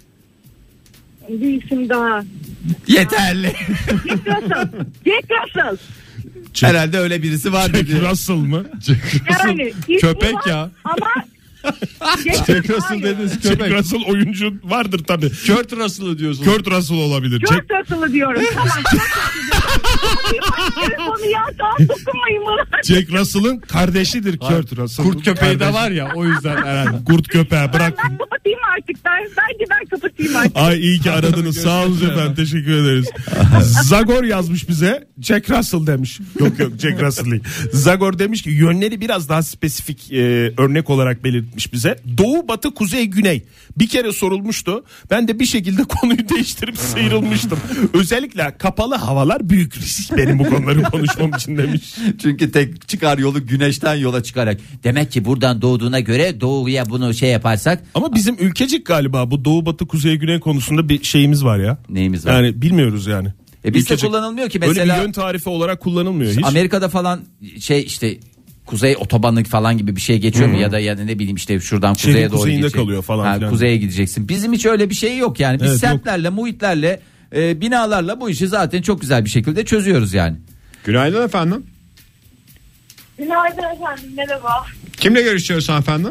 Bir isim daha.
Yeterli.
Jack Russell.
Herhalde öyle birisi var dedi.
Russell mı?
Yani ismi
Köpek
var
ya.
Ama
Jack Russell dediniz
Jack
köpek.
Russell oyuncu vardır tabii.
Kurt Russell'ı diyorsunuz.
Kurt Russell olabilir.
Kurt Russell'ı diyorum. Tamam. Telefonu ya daha dokunmayın bana.
Jack Russell'ın kardeşidir Kurt Russell.
Kurt köpeği de var ya, o yüzden herhalde.
Kurt köpeği bırak.
Ben kapatayım artık. Bence ben kapatayım artık.
Ay iyi ki aradınız. Sağ olun efendim. Teşekkür ederiz. Zagor yazmış bize. Jack Russell demiş. Yok Jack Russell değil. Zagor demiş ki yönleri biraz daha spesifik örnek olarak belirtmiş bize. Doğu, batı, kuzey, güney. Bir kere sorulmuştu. Ben de bir şekilde konuyu değiştirip sıyrılmıştım. Özellikle kapalı havalar büyük risk benim bu konuları konuşmam için demiş.
Çünkü tek çıkar yolu güneşten yola çıkarak. Demek ki buradan doğduğuna göre doğuya bunu şey yaparsak.
Ama bizim ülkecik galiba bu doğu, batı, kuzey, güney konusunda bir şeyimiz var ya.
Neyimiz var?
Yani bilmiyoruz yani.
Bizde kullanılmıyor ki mesela.
Öyle bir yön tarifi olarak kullanılmıyor hiç.
Amerika'da falan işte kuzey otobanı falan gibi bir şey geçiyor mu ya da ne bileyim işte şuradan kuzeye doğru gidecek.
Kalıyor falan filan.
Kuzeye gideceksin. Bizim hiç öyle bir şey yok yani. Biz semtlerle, muhitlerle, binalarla bu işi zaten çok güzel bir şekilde çözüyoruz yani.
Günaydın efendim.
Günaydın efendim, merhaba.
Kimle görüşüyoruz hanımefendi?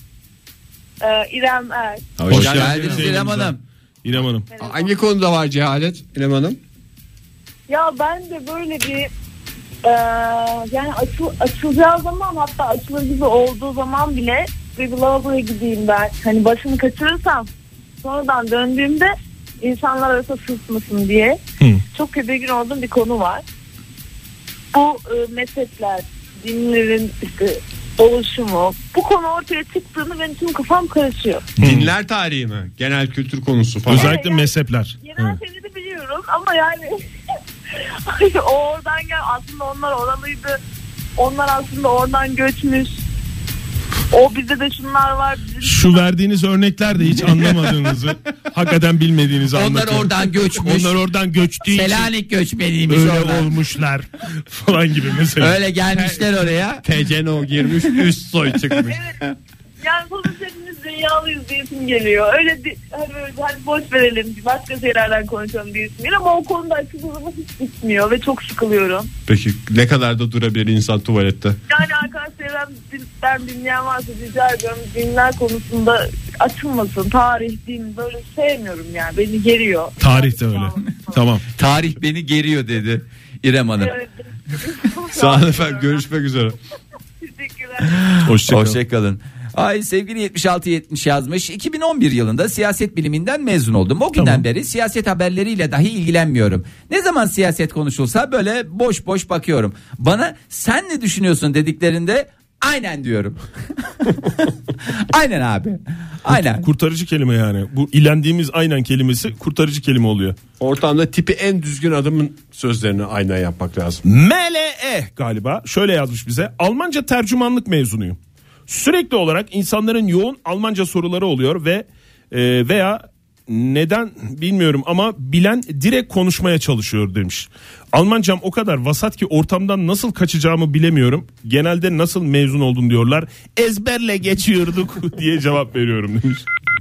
İrem Er.
Hoş geldiniz İrem Hanım.
İrem Hanım.
Hangi konuda var cehalet İrem Hanım?
Ya ben de böyle bir yani açılacağı zaman, hatta açılır gibi olduğu zaman bile bir lavaboya gideyim ben. Hani başımı kaçırırsam sonradan döndüğümde insanlar arası sırtmasın diye çok tedirgin olduğum bir konu var. Bu mezhepler, dinlerin işte oluşumu, bu konu ortaya çıktığında benim tüm kafam karışıyor.
Dinler tarihi mi? Genel kültür konusu falan.
Özellikle mezhepler.
Genel şeyleri biliyorum ama yani o oradan gel, aslında onlar oralıydı. Onlar aslında oradan göçmüş. O bizde de şunlar var.
Şu verdiğiniz örnekler de hiç anlamadığınızı, hakikaten bilmediğinizi anlatıyor.
Onlar oradan göçmüş.
Onlar oradan göçtüğü için
Selanik göçmeniymiş
öyle
oradan.
olmuşlar falan gibi mesela.
Öyle gelmişler oraya.
TCNO girmiş, üst soy çıkmış.
Evet. Yani sonuçta hepimiz dünyalıyız diyesim geliyor. Hadi boş verelim, başka şeylerden konuşalım diyesim geliyor. Ama o konuda açıkçası hiç bitmiyor ve çok sıkılıyorum.
Peki ne kadar da durabilir insan tuvalette?
Yani arkadaşlarımdan dinleyen varsa rica ediyorum, dinler konusunda açılmasın. Tarih, din böyle sevmiyorum yani, beni geriyor.
Tarih de öyle. Tamam.
Tarih beni geriyor dedi İrem Hanım.
Evet.
Sağ olun efendim, görüşmek üzere.
Teşekkürler.
Hoşçakalın. Ay sevgili 7670 yazmış. 2011 yılında siyaset biliminden mezun oldum. O günden beri siyaset haberleriyle dahi ilgilenmiyorum. Ne zaman siyaset konuşulsa böyle boş boş bakıyorum. Bana sen ne düşünüyorsun dediklerinde aynen diyorum. Aynen abi. Aynen.
Kurtarıcı kelime yani. Bu ilendiğimiz aynen kelimesi kurtarıcı kelime oluyor.
Ortamda tipi en düzgün adamın sözlerini aynen yapmak lazım.
MLE galiba şöyle yazmış bize. Almanca tercümanlık mezunuyum. Sürekli olarak insanların yoğun Almanca soruları oluyor ve veya neden bilmiyorum ama bilen direkt konuşmaya çalışıyor demiş. Almancam o kadar vasat ki ortamdan nasıl kaçacağımı bilemiyorum. Genelde nasıl mezun oldun diyorlar. Ezberle geçiyorduk diye cevap veriyorum demiş.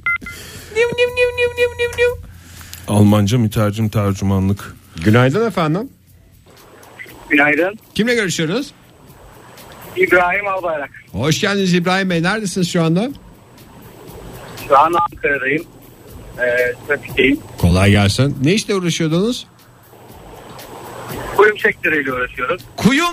Almanca mütercim tercümanlık.
Günaydın efendim.
Günaydın.
Kimle görüşüyoruz?
İbrahim Albayrak.
Hoş geldiniz İbrahim Bey. Neredesiniz şu anda?
Şu an Ankara'dayım. Trafikteyim.
Kolay gelsin. Ne işle uğraşıyordunuz?
Kuyum sektörüyle uğraşıyoruz.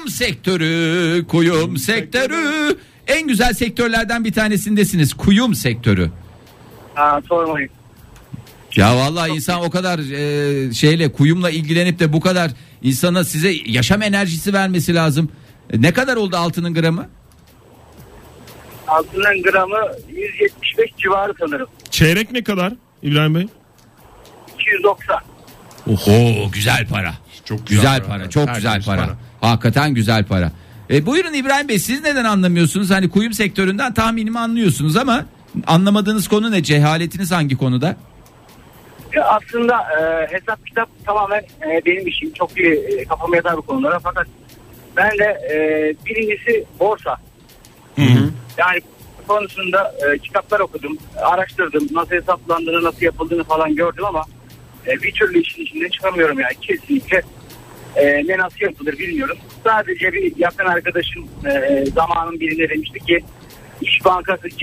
Kuyum sektörü. En güzel sektörlerden bir tanesindesiniz. Kuyum sektörü.
Sormayın.
Ya vallahi insan o kadar şeyle, kuyumla ilgilenip de bu kadar insana, size yaşam enerjisi vermesi lazım. Ne kadar oldu altının gramı?
Altının gramı 175 civarı sanırım.
Çeyrek ne kadar İbrahim Bey?
290.
Oho, güzel para.
Çok
Güzel para. Çok güzel para. Hakikaten güzel para. Buyurun İbrahim Bey, siz neden anlamıyorsunuz? Hani kuyum sektöründen tahminimi anlıyorsunuz ama anlamadığınız konu ne? Cehaletiniz hangi konuda?
Ya aslında hesap kitap tamamen benim işim. Çok iyi kafama yatar bu konulara. Fakat ben de birincisi borsa. Yani konusunda kitaplar okudum, araştırdım. Nasıl hesaplandığını, nasıl yapıldığını falan gördüm ama bir türlü işin içinden çıkamıyorum yani. Kesinlikle ne nasıl yapılır bilmiyorum. Sadece bir yakın arkadaşım zamanın birine demişti ki İş Bankası C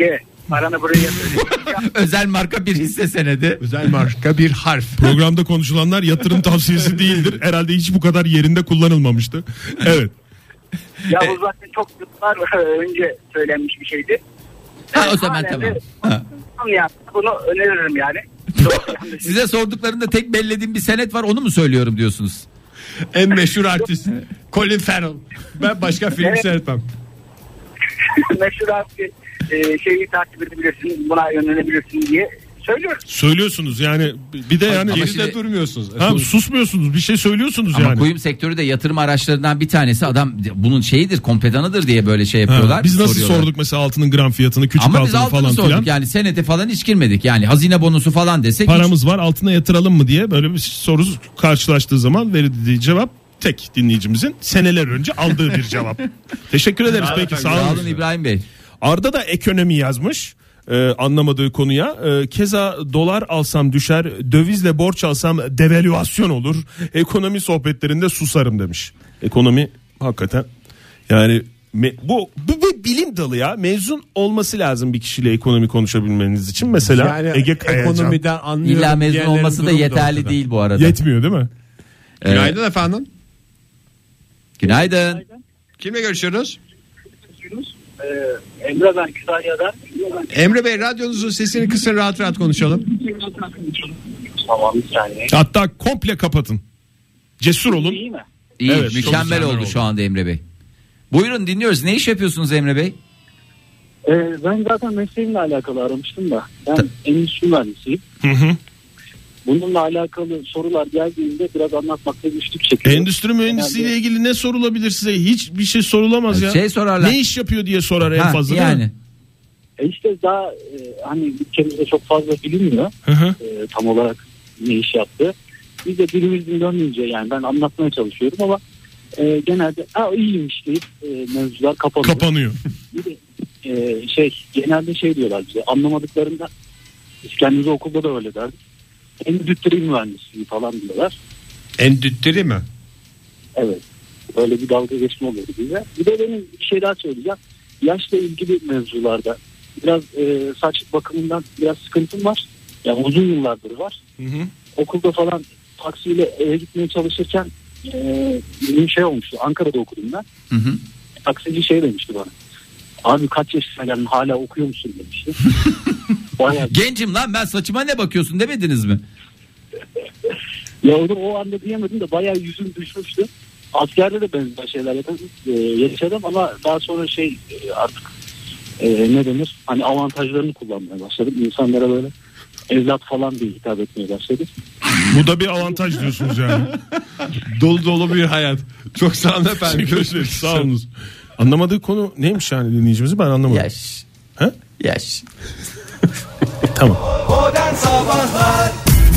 Paranı buraya yatırıyorsun.
Özel marka bir hisse senedi.
Özel marka bir harf.
Programda konuşulanlar yatırım tavsiyesi değildir. Herhalde hiç bu kadar yerinde kullanılmamıştı. Evet.
Ya bu zaten çok yıllar önce söylenmiş bir şeydi.
Ha, o zaman tamam.
Ya, bunu öneririm yani.
Size sorduklarında tek bellediğim bir senet var, onu mu söylüyorum diyorsunuz?
En meşhur artist Colin Farrell. Ben başka film
Evet.
seyretmem.
Meşhur abi şeyi takip edebilirsin, buna yönelebilirsin diye söylüyorum.
Söylüyorsunuz yani bir de yani
Ama
Geride
şimdi-
durmuyorsunuz.
ha, susmuyorsunuz, bir şey söylüyorsunuz
Ama
yani.
kuyum sektörü de yatırım araçlarından bir tanesi, adam bunun şeyidir, kompedanıdır diye böyle şey yapıyorlar.
Ha, biz nasıl
soruyorlar.
sorduk mesela altının gram fiyatını, küçük
Ama biz
altını
altını
falan
sorduk
filan.
yani, senete falan hiç girmedik yani, hazine bonusu falan desek.
Paramız var, altına yatıralım mı diye böyle bir soru karşılaştığı zaman verildiği cevap tek dinleyicimizin seneler önce aldığı bir cevap. Teşekkür ederiz peki, sağ
Sağ
olun.
olun İbrahim Bey.
Arda da ekonomi yazmış. Anlamadığı konuya. Keza dolar alsam düşer, dövizle borç alsam devalüasyon olur. Ekonomi sohbetlerinde susarım demiş. Ekonomi hakikaten yani bu bir bilim dalı ya. Mezun olması lazım bir kişiyle ekonomi konuşabilmeniz için. Mesela
Yani
Ege Kayacan.
ekonomiden anlıyorum.
İlla mezun
diyenlerin
olması da
durumu
yeterli
ortada.
değil bu arada.
Yetmiyor değil mi?
Günaydın efendim.
Günaydın.
Kimle görüşüyoruz?
Emre ben Kütahya'dan.
Emre Bey, radyonuzun sesini kısın, rahat rahat konuşalım.
Tamam bir saniye.
Hatta komple kapatın. Cesur olun.
İyi mi?
İyi,
Evet, çok
mükemmel
güzel
oldu
oldu.
şu anda Emre Bey. Buyurun, dinliyoruz. Ne iş yapıyorsunuz Emre Bey?
Ben zaten mesleğimle alakalı aramıştım da. Ben endüstri mühendisiyim.
Hı hı.
Bununla alakalı sorular geldiğinde biraz anlatmakta güçlük çekiyorum.
Endüstri mühendisliğiyle ilgili ne sorulabilir size? Hiçbir şey sorulamaz ya.
Şey sorarlar.
Ne iş yapıyor diye sorar en
Ha,
fazla değil
yani.
mi?
İşte daha hani ülkemizde çok fazla bilinmiyor
Hı hı.
tam olarak ne iş yaptı. Biz de dilimizin dönünce yani ben anlatmaya çalışıyorum ama genelde iyiymiş deyip mevzular kapanıyor.
Kapanıyor.
Bir de genelde şey diyorlar bize, anlamadıklarında biz kendimize okulda da öyle derdik. Endüstri mühendisliği falan diyorlar.
Endüstri mi?
Evet. Böyle bir dalga geçme oluyor bize. Bir de benim bir şey daha söyleyeceğim. Yaşla ilgili mevzularda biraz saç bakımından biraz sıkıntım var. Yani uzun yıllardır var.
Hı hı.
Okulda falan taksiyle eve gitmeye çalışırken bir şey olmuştu. Ankara'da okudum ben.
Hı hı.
Taksici şey demişti bana. Abi kaç yaşına geldin, hala okuyor musun demişti. Bayağı.
Gencim lan ben, saçıma ne bakıyorsun demediniz mi?
Ya o anda diyemedim de bayağı yüzüm düşmüştü. Askerde de benzer şeyler yaşadım ama daha sonra artık ne denir? Hani avantajlarını kullanmaya başladım. İnsanlara böyle evlat falan diye hitap etmeye başladım.
Bu da bir avantaj diyorsunuz yani.
Dolu dolu bir hayat. Çok sağ olun efendim.
Görüşürüz. Sağ olunuz. Anlamadığı konu neymiş yani dinleyicimizi, ben anlamadım.
Yaş.
He?
Yaş.
Tamam.
Modern Sabahlar.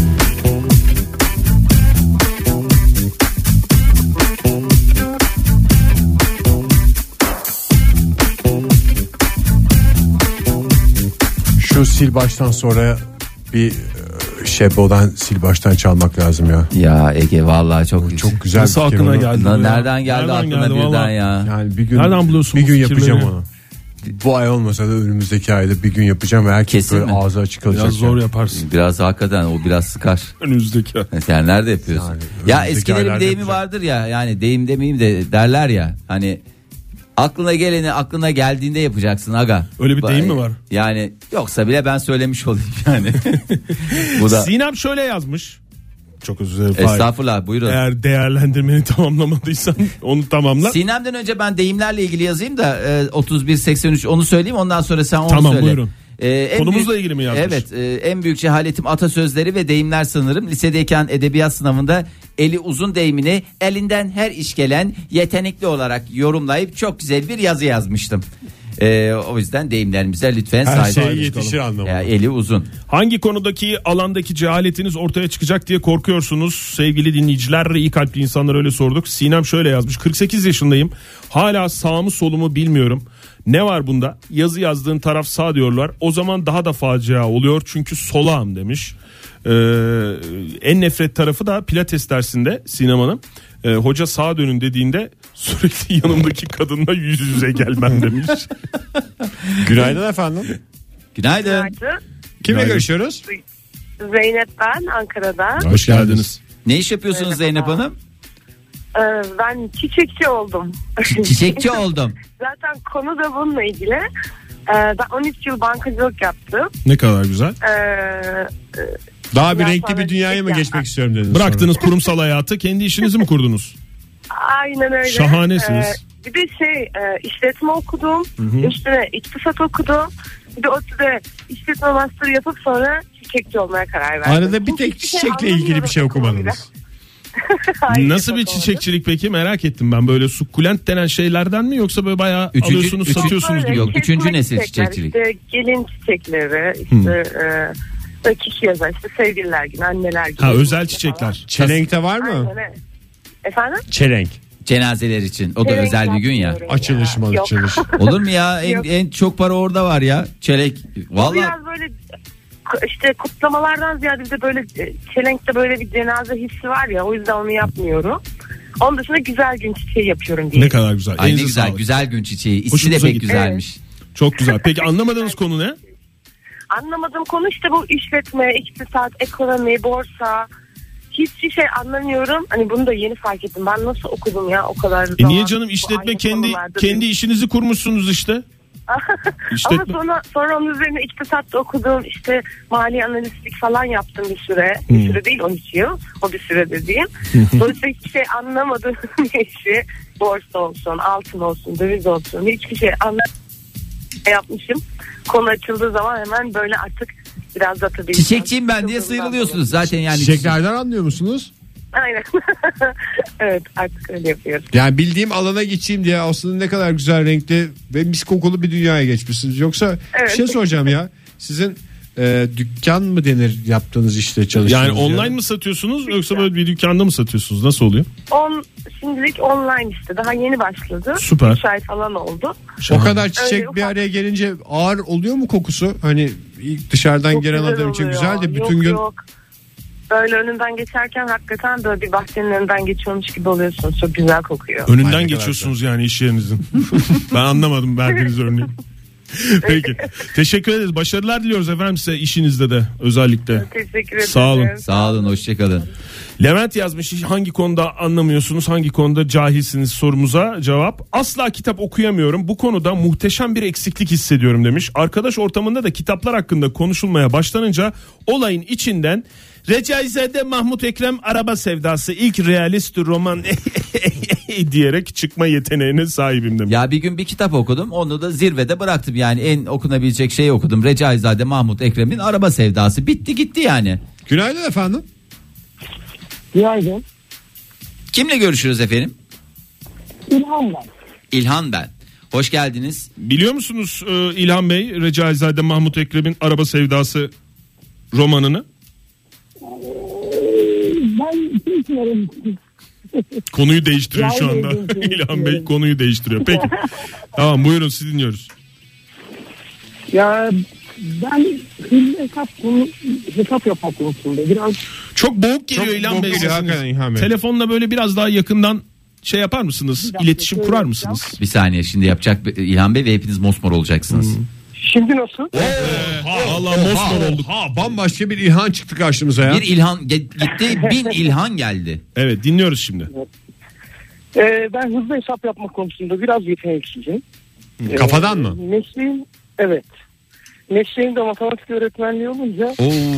Şu sil baştan sonra bir Şebo'dan sil baştan çalmak lazım ya.
Ya Ege vallahi çok
Çok güzel
Nasıl
bir fikir
aklına
onu.
geldi?
Lan
bu ya?
nereden geldi aklına birden
vallahi?
ya?
Yani bir gün
Nereden buluyorsun
bir
bu
gün
fikirleri?
yapacağım onu. Bu ay olmasa da önümüzdeki ayda bir gün yapacağım ve herkes
Kesin
böyle
mi?
ağzı açık kalacak.
Biraz zor
yani.
yaparsın.
Biraz hakikaten o biraz sıkar.
Önümüzdeki ay.
Sen nerede yapıyorsun?
Yani
Ya
önümüzdeki
eskilerin bir
aylarda
deyimi
yapacağım.
vardır ya, yani deyim demeyeyim de derler ya, hani aklına geleni aklına geldiğinde yapacaksın aga.
Öyle bir deyim mi var?
Yani yoksa bile ben söylemiş olayım yani. Bu da
Sinem şöyle yazmış. Çok özür dilerim. Fahir.
estağfurullah, buyurun.
Eğer değerlendirmeni tamamlamadıysan onu tamamla.
Sinem'den önce ben deyimlerle ilgili yazayım da 3183 onu söyleyeyim, ondan sonra sen onu
Tamam,
söyle.
buyurun.
En
Konumuzla
büyük-
ilgili mi yazmış?
Evet, en büyük cehaletim atasözleri ve deyimler sanırım. Lisedeyken edebiyat sınavında eli uzun deyimini elinden her iş gelen yetenekli olarak yorumlayıp çok güzel bir yazı yazmıştım. O yüzden deyimlerimize lütfen
Her
sahip
şeye
çıkalım.
yetişir anlamında.
Ya, eli uzun.
Hangi konudaki alandaki cehaletiniz ortaya çıkacak diye korkuyorsunuz sevgili dinleyiciler? İyi kalpli insanlar öyle sorduk. Sinem şöyle yazmış. 48 yaşındayım. Hala sağımı solumu bilmiyorum. Ne var bunda? Yazı yazdığın taraf sağ diyorlar. O zaman daha da facia oluyor çünkü solağım demiş. En nefret tarafı da pilates dersinde Sinem Hanım. Hoca sağa dönün dediğinde sürekli yanımdaki kadınla yüz yüze gelmem demiş.
Günaydın efendim.
Günaydın.
Günaydın.
Kimle görüşüyoruz?
Zeynep ben, Ankara'da.
Hoş geldiniz.
Ne iş yapıyorsunuz Zeynep Hanım?
Ben çiçekçi oldum.
Çiçekçi oldum.
Zaten konu da bununla ilgili. Ben 13 yıl bankacılık yaptım.
Ne kadar güzel.
Daha bir
Biraz
renkli
sonra
bir dünyaya mı
çiçek
geçmek istiyorum dediniz?
Bıraktınız kurumsal hayatı, kendi işinizi mi kurdunuz?
Aynen öyle.
Şahanesiniz.
Bir de işletme okudum. Üstüne iktisat okudum. Bir de ODTÜ'de işletme master yapıp sonra çiçekçi olmaya karar verdim.
Arada bir tek çiçekle ilgili bir şey okumadınız.
Hayır,
Nasıl bir çiçekçilik peki, merak ettim ben. Böyle sukkulent denen şeylerden mi, yoksa böyle bayağı alıyorsunuz satıyorsunuz gibi?
Yok, üçüncü nesil çiçekçilik.
İşte gelin çiçekleri, işte kişi yazar, işte sevgililer günü, anneler günü.
Ha, özel çiçekler.
Çelenk'te var mı?
Aynen öyle. Efendim?
Çelenk.
Cenazeler için. O da
Çelenk
özel bir gün ya.
yapmıyorum
Açılış mı
Yok.
açılış?
Olur mu ya?
Yok.
En çok para orada var ya. Çelenk. Vallahi.
Biraz böyle işte kutlamalardan ziyade bir de böyle çelenkte böyle bir cenaze hissi var ya, o yüzden onu yapmıyorum. Onun dışında güzel gün çiçeği yapıyorum diye.
Ne kadar güzel.
Ay ne
Elinize
güzel.
sağlık.
Güzel gün çiçeği. İsmi
Hoşumuza
de pek
gitti.
güzelmiş.
Çok güzel. Peki anlamadığınız konu ne?
Anlamadığım konu işte bu işletme, iktisat, ekonomi, borsa. Hiçbir şey anlamıyorum. Hani bunu da yeni fark ettim. Ben nasıl okudum ya o kadar zaman.
Niye canım, işletme kendi işinizi kurmuşsunuz işte. İşletme.
Ama sonra onun üzerine iktisat da okudum. İşte mali analistlik falan yaptım bir süre. Bir süre değil, 13 yıl. O bir süredir diyeyim. Dolayısıyla hiçbir şey anlamadım. işi borsa olsun, altın olsun, döviz olsun. Hiçbir şey yapmışım. Konu açıldığı zaman hemen böyle artık biraz da tabii.
Çiçekçiyim ben diye sıyrılıyorsunuz zaten yani.
Çiçeklerden anlıyor musunuz?
Aynen. Evet, artık öyle yapıyoruz.
Yani bildiğim alana geçeyim diye aslında ne kadar güzel renkli ve mis kokulu bir dünyaya geçmişsiniz. Yoksa
Evet.
bir şey soracağım ya. Sizin dükkan mı denir yaptığınız işte çalıştığınız?
Yani online mı satıyorsunuz, yoksa böyle bir dükkanda mı satıyorsunuz? Nasıl oluyor?
Şimdilik online işte. Daha yeni başladı.
Süper.
3 ay falan oldu.
O kadar çiçek
Öyle
bir
ufak.
araya gelince ağır oluyor mu kokusu? Hani ilk dışarıdan
Çok
gelen
güzel
adam için
oluyor.
güzel de bütün
Yok,
gün
Yok. Böyle önünden geçerken hakikaten böyle bir bahçenin önünden geçiyormuş gibi oluyorsunuz. Çok güzel kokuyor.
Önünden
Ay, ne
geçiyorsunuz yani iş yerinizin. Ben anlamadım verdiğiniz örneği. Peki. Teşekkür ederiz. Başarılar diliyoruz efendim size işinizde de özellikle.
Teşekkür ederim.
Sağ olun.
Sağ olun, hoşçakalın.
Levent yazmış, hangi konuda anlamıyorsunuz, hangi konuda cahilsiniz sorumuza cevap. Asla kitap okuyamıyorum, bu konuda muhteşem bir eksiklik hissediyorum demiş. Arkadaş ortamında da kitaplar hakkında konuşulmaya başlanınca olayın içinden Recaizade Mahmut Ekrem Araba Sevdası ilk realist roman diyerek çıkma yeteneğine sahibim demiş.
Ya bir gün bir kitap okudum, onu da zirvede bıraktım. Yani en okunabilecek şeyi okudum. Recaizade Mahmut Ekrem'in Araba Sevdası. Bitti gitti yani.
Günaydın efendim.
Günaydın.
Kimle görüşürüz efendim?
İlhan ben.
İlhan ben. Hoş geldiniz.
Biliyor musunuz İlhan Bey, Recaizade Mahmut Ekrem'in Araba Sevdası romanını?
Ben bilmiyorum.
Konuyu değiştiriyor şu anda. İlhan Bey konuyu değiştiriyor. Peki. Tamam, buyurun, sizi dinliyoruz.
Ya ben hızlı hesap yapmak konusunda biraz
Çok boğuk geliyor
Çok
İlhan
boğuk
Bey.
geliyor
sesiniz.
hakikaten İlhan Bey.
Telefonla böyle biraz daha yakından şey yapar mısınız?
dakika,
İletişim kurar
şöyle
mısınız?
Bir saniye, şimdi yapacak İlhan Bey ve hepiniz mosmor olacaksınız.
şimdi nasıl?
Allah mosmor olduk.
Bambaşka bir İlhan çıktı karşımıza ya.
Bir İlhan gitti, 1000 İlhan geldi.
Evet, dinliyoruz şimdi.
Ben hızlı hesap yapmak konusunda biraz yeteneksizim.
Kafadan mı?
Mesleğim, evet. Mesleğim de matematik öğretmenliği olunca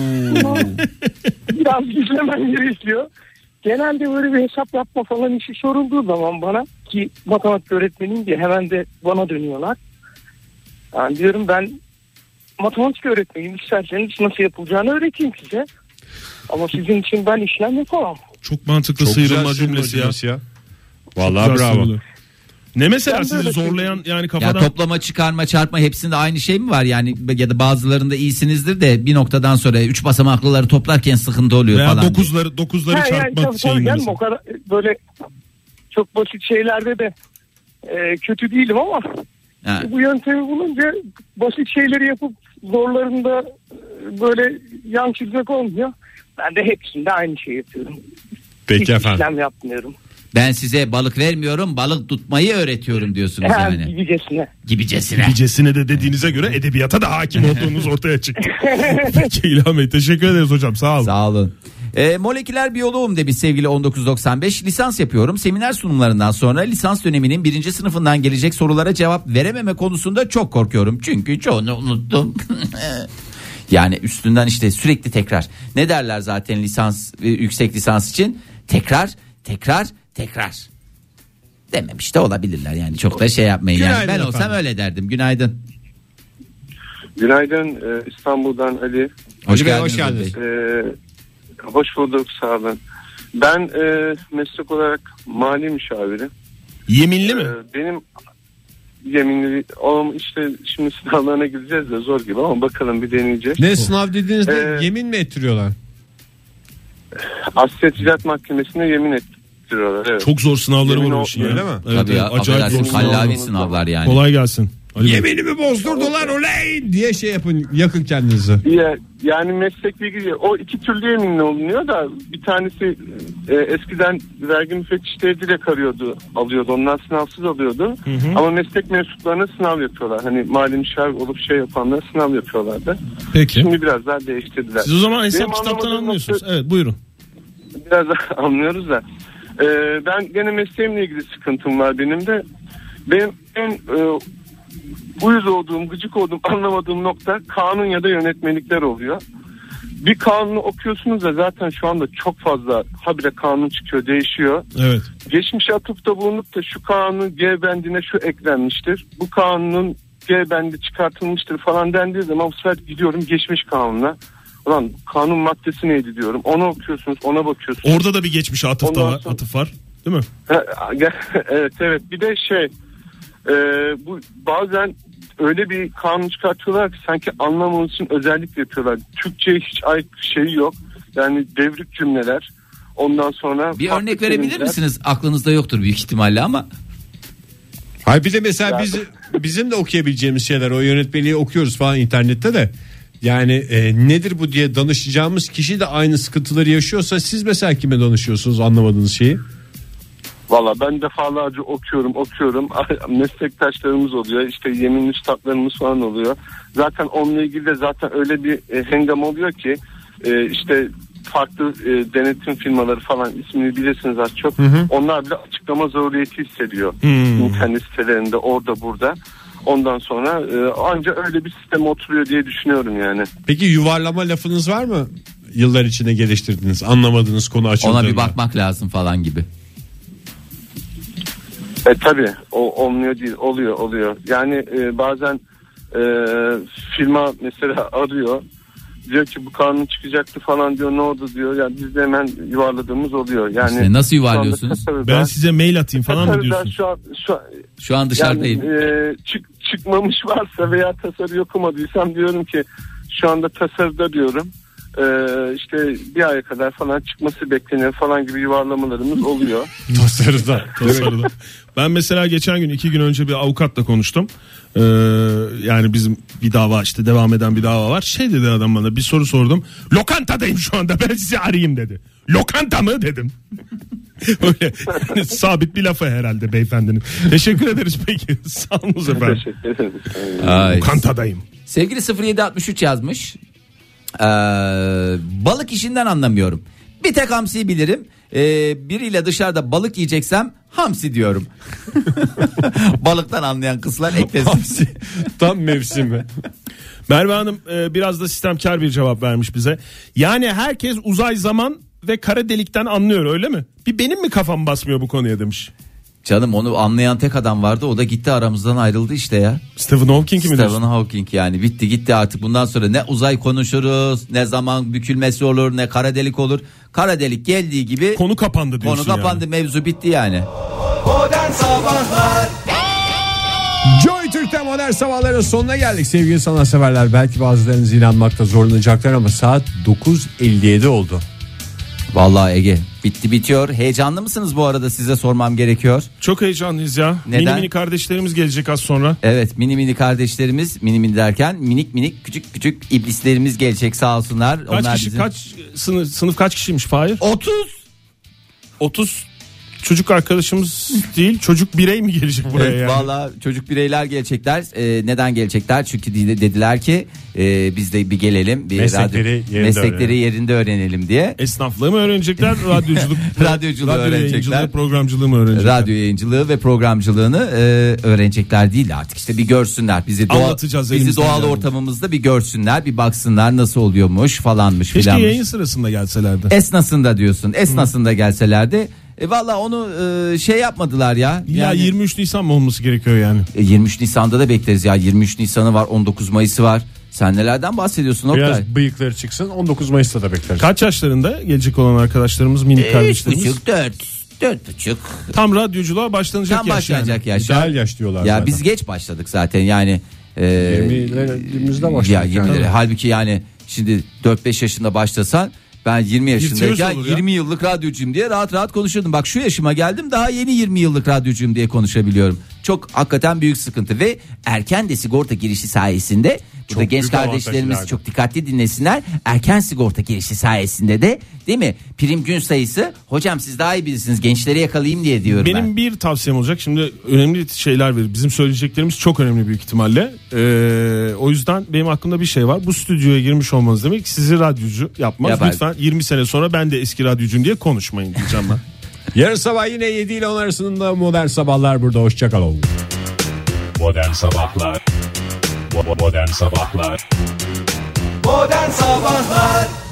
biraz gizlemen gerekiyor. Genelde böyle bir hesap yapma falan işi sorulduğu zaman bana, ki matematik öğretmeniyim diye hemen de bana dönüyorlar. Yani diyorum ben matematik öğretmeniyim, isterseniz nasıl yapılacağını öğreteyim size. Ama sizin için ben işlem yapamam.
Çok mantıklı
Çok
sıyrılma
güzel
cümlesi ya.
Vallahi
Güzel
bravo.
sıyrıldı. Ne mesela
Ben
sizi
böyle
zorlayan yani
Ya
kafadan?
toplama, çıkarma, çarpma hepsinde aynı şey mi var yani, ya da bazılarında iyisinizdir de bir noktadan sonra 3 basamaklıları toplarken sıkıntı oluyor
Veya
falan.
dokuzları
Yani
çarpma
tabii
şeyinde
canım,
mesela.
o kadar böyle çok basit şeylerde de kötü değilim ama
Ha.
bu yöntemi bulunca basit şeyleri yapıp zorlarında böyle yan çizmek olmuyor. Ben de hepsinde aynı şeyi yapıyorum.
Peki
Hiç
efendim.
işlem yapmıyorum.
Ben size balık vermiyorum, balık tutmayı öğretiyorum diyorsunuz yani.
Gibicesine.
Gecesine de dediğinize göre edebiyata da hakim olduğunuz ortaya çıktı. Peki İlhan Bey, teşekkür ederiz hocam, sağ olun.
Sağ olun. Moleküler biyoloğum demiş sevgili 1995. Lisans yapıyorum. Seminer sunumlarından sonra lisans döneminin 1. sınıfından gelecek sorulara cevap verememe konusunda çok korkuyorum. Çünkü çoğunu unuttum. Yani üstünden işte sürekli tekrar. Ne derler zaten lisans ve yüksek lisans için? Tekrar. Dememiş de olabilirler yani, çok da şey yapmayın. Yani ben
Günaydın
olsam
efendim.
öyle derdim. Günaydın.
Günaydın, İstanbul'dan Ali.
Hoş
Bey,
geldiniz.
hoş geldiniz.
Hoş bulduk, sağ olun. Ben meslek olarak mali müşavirim.
Yeminli mi?
Benim yeminli işte şimdi sınavlarına gideceğiz de zor gibi ama bakalım, bir deneyeceğiz.
Ne sınav dediğinizde yemin mi ettiriyorlar?
Asya Ticaret Mahkemesi'ne yemin ettiriyorlar. Evet.
Çok zor sınavları
Yemin
var o
o-
işin ya.
öyle mi?
Evet,
Tabii ya,
acayip zor
affedersin,
sınavlar.
kallavi sınavlar yani.
Kolay gelsin. Ali Bey.
Yeminimi bozdurdular oley diye şey yapın, yakın kendinizi.
Yani meslekle ilgili o iki türlü yeminle olunuyor da bir tanesi eskiden vergi müfettişleri direkt alıyordu. Onlar sınavsız alıyordu. Ama meslek mensuplarına sınav yapıyorlar. Hani mali müşavir olup şey yapanlara sınav yapıyorlardı.
Peki.
Şimdi biraz daha değiştirdiler.
Siz o zaman hesap
Benim
kitaptan
anlamadığım
anlıyorsunuz.
nokta-
Evet, buyurun.
Biraz daha anlıyoruz da. Ben gene mesleğimle ilgili sıkıntım var benim de. Benim en uyuz olduğum, gıcık olduğum, anlamadığım nokta kanun ya da yönetmelikler oluyor. Bir kanunu okuyorsunuz da zaten şu anda çok fazla habire kanun çıkıyor, değişiyor.
Evet.
Geçmişe atıfta bulunup da şu kanun G bendine şu eklenmiştir, bu kanunun G bendi çıkartılmıştır falan dendiği zaman bu sefer gidiyorum geçmiş kanuna. Ulan kanun maddesi neydi diyorum. Onu okuyorsunuz, ona bakıyorsunuz.
Orada da bir geçmişe atıf da
Ondan
var,
sonra-
atıf var. Değil mi?
Evet. Bir de bu bazen öyle bir kanun çıkartıyorlar ki sanki anlamamız için özellikle yapıyorlar. Türkçe'ye hiç ait şey yok. Yani devrik cümleler. Ondan sonra
Bir
farklı
örnek verebilir
kelimeler.
misiniz? Aklınızda yoktur büyük ihtimalle ama.
Hayır, bir de mesela bizim de okuyabileceğimiz şeyler, o yönetmeliği okuyoruz falan internette de. Yani nedir bu diye danışacağımız kişi de aynı sıkıntıları yaşıyorsa siz mesela kime danışıyorsunuz anlamadığınız şeyi?
Valla ben defalarca okuyorum. Meslektaşlarımız oluyor. İşte yemin üstadlarımız falan oluyor. Zaten onunla ilgili de zaten öyle bir hengam oluyor ki işte farklı denetim firmaları falan, ismini bilirsiniz az çok. Onlar bile açıklama zorunluluğu hissediyor. İnternet sitelerinde, orada burada. Ondan sonra ancak öyle bir sisteme oturuyor diye düşünüyorum yani.
Peki yuvarlama lafınız var mı? Yıllar içinde geliştirdiğiniz, anlamadığınız konu açıldığında.
Ona bir bakmak lazım falan gibi.
Tabii o olmuyor değil, oluyor. Yani bazen firma mesela arıyor, diyor ki bu kanun çıkacaktı falan diyor, ne oldu diyor. Yani biz de hemen yuvarladığımız oluyor. Yani
İşte nasıl yuvarlıyorsunuz?
Ben size mail atayım falan mı
tasarıda
diyorsun?
Şu an dışarıdayım.
Yani, çıkmamış varsa veya tasarıyı okumadıysam diyorum ki şu anda tasarıda diyorum. İşte bir aya kadar falan çıkması bekleniyor falan gibi yuvarlamalarımız oluyor.
Tasarıda.
Tasarıda. Ben mesela geçen gün 2 gün önce bir avukatla konuştum. Yani bizim bir dava, işte devam eden bir dava var. Şey dedi adam bana, bir soru sordum. Lokantadayım şu anda, ben sizi arayayım dedi. Lokanta mı dedim. Öyle sabit bir lafı herhalde beyefendinin. Teşekkür ederiz peki. Sağ olun efendim.
Teşekkür ederim.
Ay.
Lokantadayım.
Sevgili 0763 yazmış. Balık işinden anlamıyorum. Bir tek hamsi bilirim. Biriyle dışarıda balık yiyeceksem hamsi diyorum. Balıktan anlayan kızlar eklesin.
Tam mevsimi.
Merve Hanım biraz da sistemkar bir cevap vermiş bize. Yani herkes uzay, zaman ve kara delikten anlıyor, öyle mi? Bir benim mi kafam basmıyor bu konuya demiş.
Canım, onu anlayan tek adam vardı, o da gitti, aramızdan ayrıldı işte ya.
Stephen Hawking mi
Stephen
diyorsun?
Hawking, yani bitti gitti artık. Bundan sonra ne uzay konuşuruz, ne zaman bükülmesi olur, ne kara delik olur. Kara delik geldiği gibi
Konu kapandı diyorsun
konu kapandı,
yani.
mevzu bitti yani.
Modern Sabahlar
Joy Türk'te modern sabahların sonuna geldik sevgili sanatseverler. Belki bazılarınız inanmakta zorlanacaklar ama saat 9.57 oldu.
Vallahi Ege, bitti bitiyor. Heyecanlı mısınız bu arada, size sormam gerekiyor.
Çok heyecanlıyız ya.
Neden?
Mini kardeşlerimiz gelecek az sonra.
Evet, mini kardeşlerimiz, mini derken minik küçük iblislerimiz gelecek, sağ olsunlar.
Kaç kişi, kaç sınıf kaç kişiymiş Fahir?
30.
30 Çocuk arkadaşımız değil, çocuk birey mi gelecek buraya
Evet,
yani?
valla çocuk bireyler gelecekler. Neden gelecekler? Çünkü dediler ki biz de bir gelelim. Bir meslekleri yerinde öğrenelim diye.
Esnaflığı mı öğrenecekler, radyoculuk,
Radyoculuğu öğrenecekler.
Programcılığı mı öğrenecekler?
Radyo yayıncılığı ve programcılığını öğrenecekler değil artık, işte bir görsünler. Bizi doğal ortamımızda bir görsünler, bir baksınlar nasıl oluyormuş falanmış
filanmış.
Keşke
yayın sırasında gelselerdi.
Esnasında diyorsun. Esnasında gelselerdi. Valla onu şey yapmadılar ya.
Ya 23 Nisan mı olması gerekiyor yani?
23 Nisan'da da bekleriz ya. 23 Nisan'ı var, 19 Mayıs'ı var. Sen nelerden bahsediyorsun Oktay?
Biraz bıyıkları çıksın, 19 Mayıs'ta da bekleriz.
Kaç yaşlarında gelecek olan arkadaşlarımız, minik kardeşlerimiz?
4,5.
Tam radyoculuğa başlanacak yaş yani.
Yaş.
İdeal yaş diyorlar
ya
zaten.
biz geç başladık zaten yani.
20'lerimizde başladık.
Ya 20'leri. Halbuki yani şimdi 4-5 yaşında başlasan, ben 20 yaşındayken 20 yıllık radyocuyum diye rahat rahat konuşuyordum. Bak şu yaşıma geldim, daha yeni 20 yıllık radyocuyum diye konuşabiliyorum. Çok hakikaten büyük sıkıntı ve erken de sigorta girişi sayesinde burada genç kardeşlerimiz çok dikkatli dinlesinler. Erken sigorta girişi sayesinde de, değil mi? Prim gün sayısı, hocam siz daha iyi bilirsiniz, gençleri yakalayayım diye diyorum ben.
Benim bir tavsiyem olacak. Şimdi önemli şeyler verir. Bizim söyleyeceklerimiz çok önemli büyük ihtimalle. O yüzden benim aklımda bir şey var. Bu stüdyoya girmiş olmanız demek sizi radyocu yapmaz.
Yapar.
Lütfen 20 sene sonra ben de eski radyocuyum diye konuşmayın diyeceğim ben.
Yarın sabah yine 7 ile 10 arasında Modern Sabahlar burada. Hoşçakalın.
Modern Sabahlar. Modern Sabahlar.
Modern Sabahlar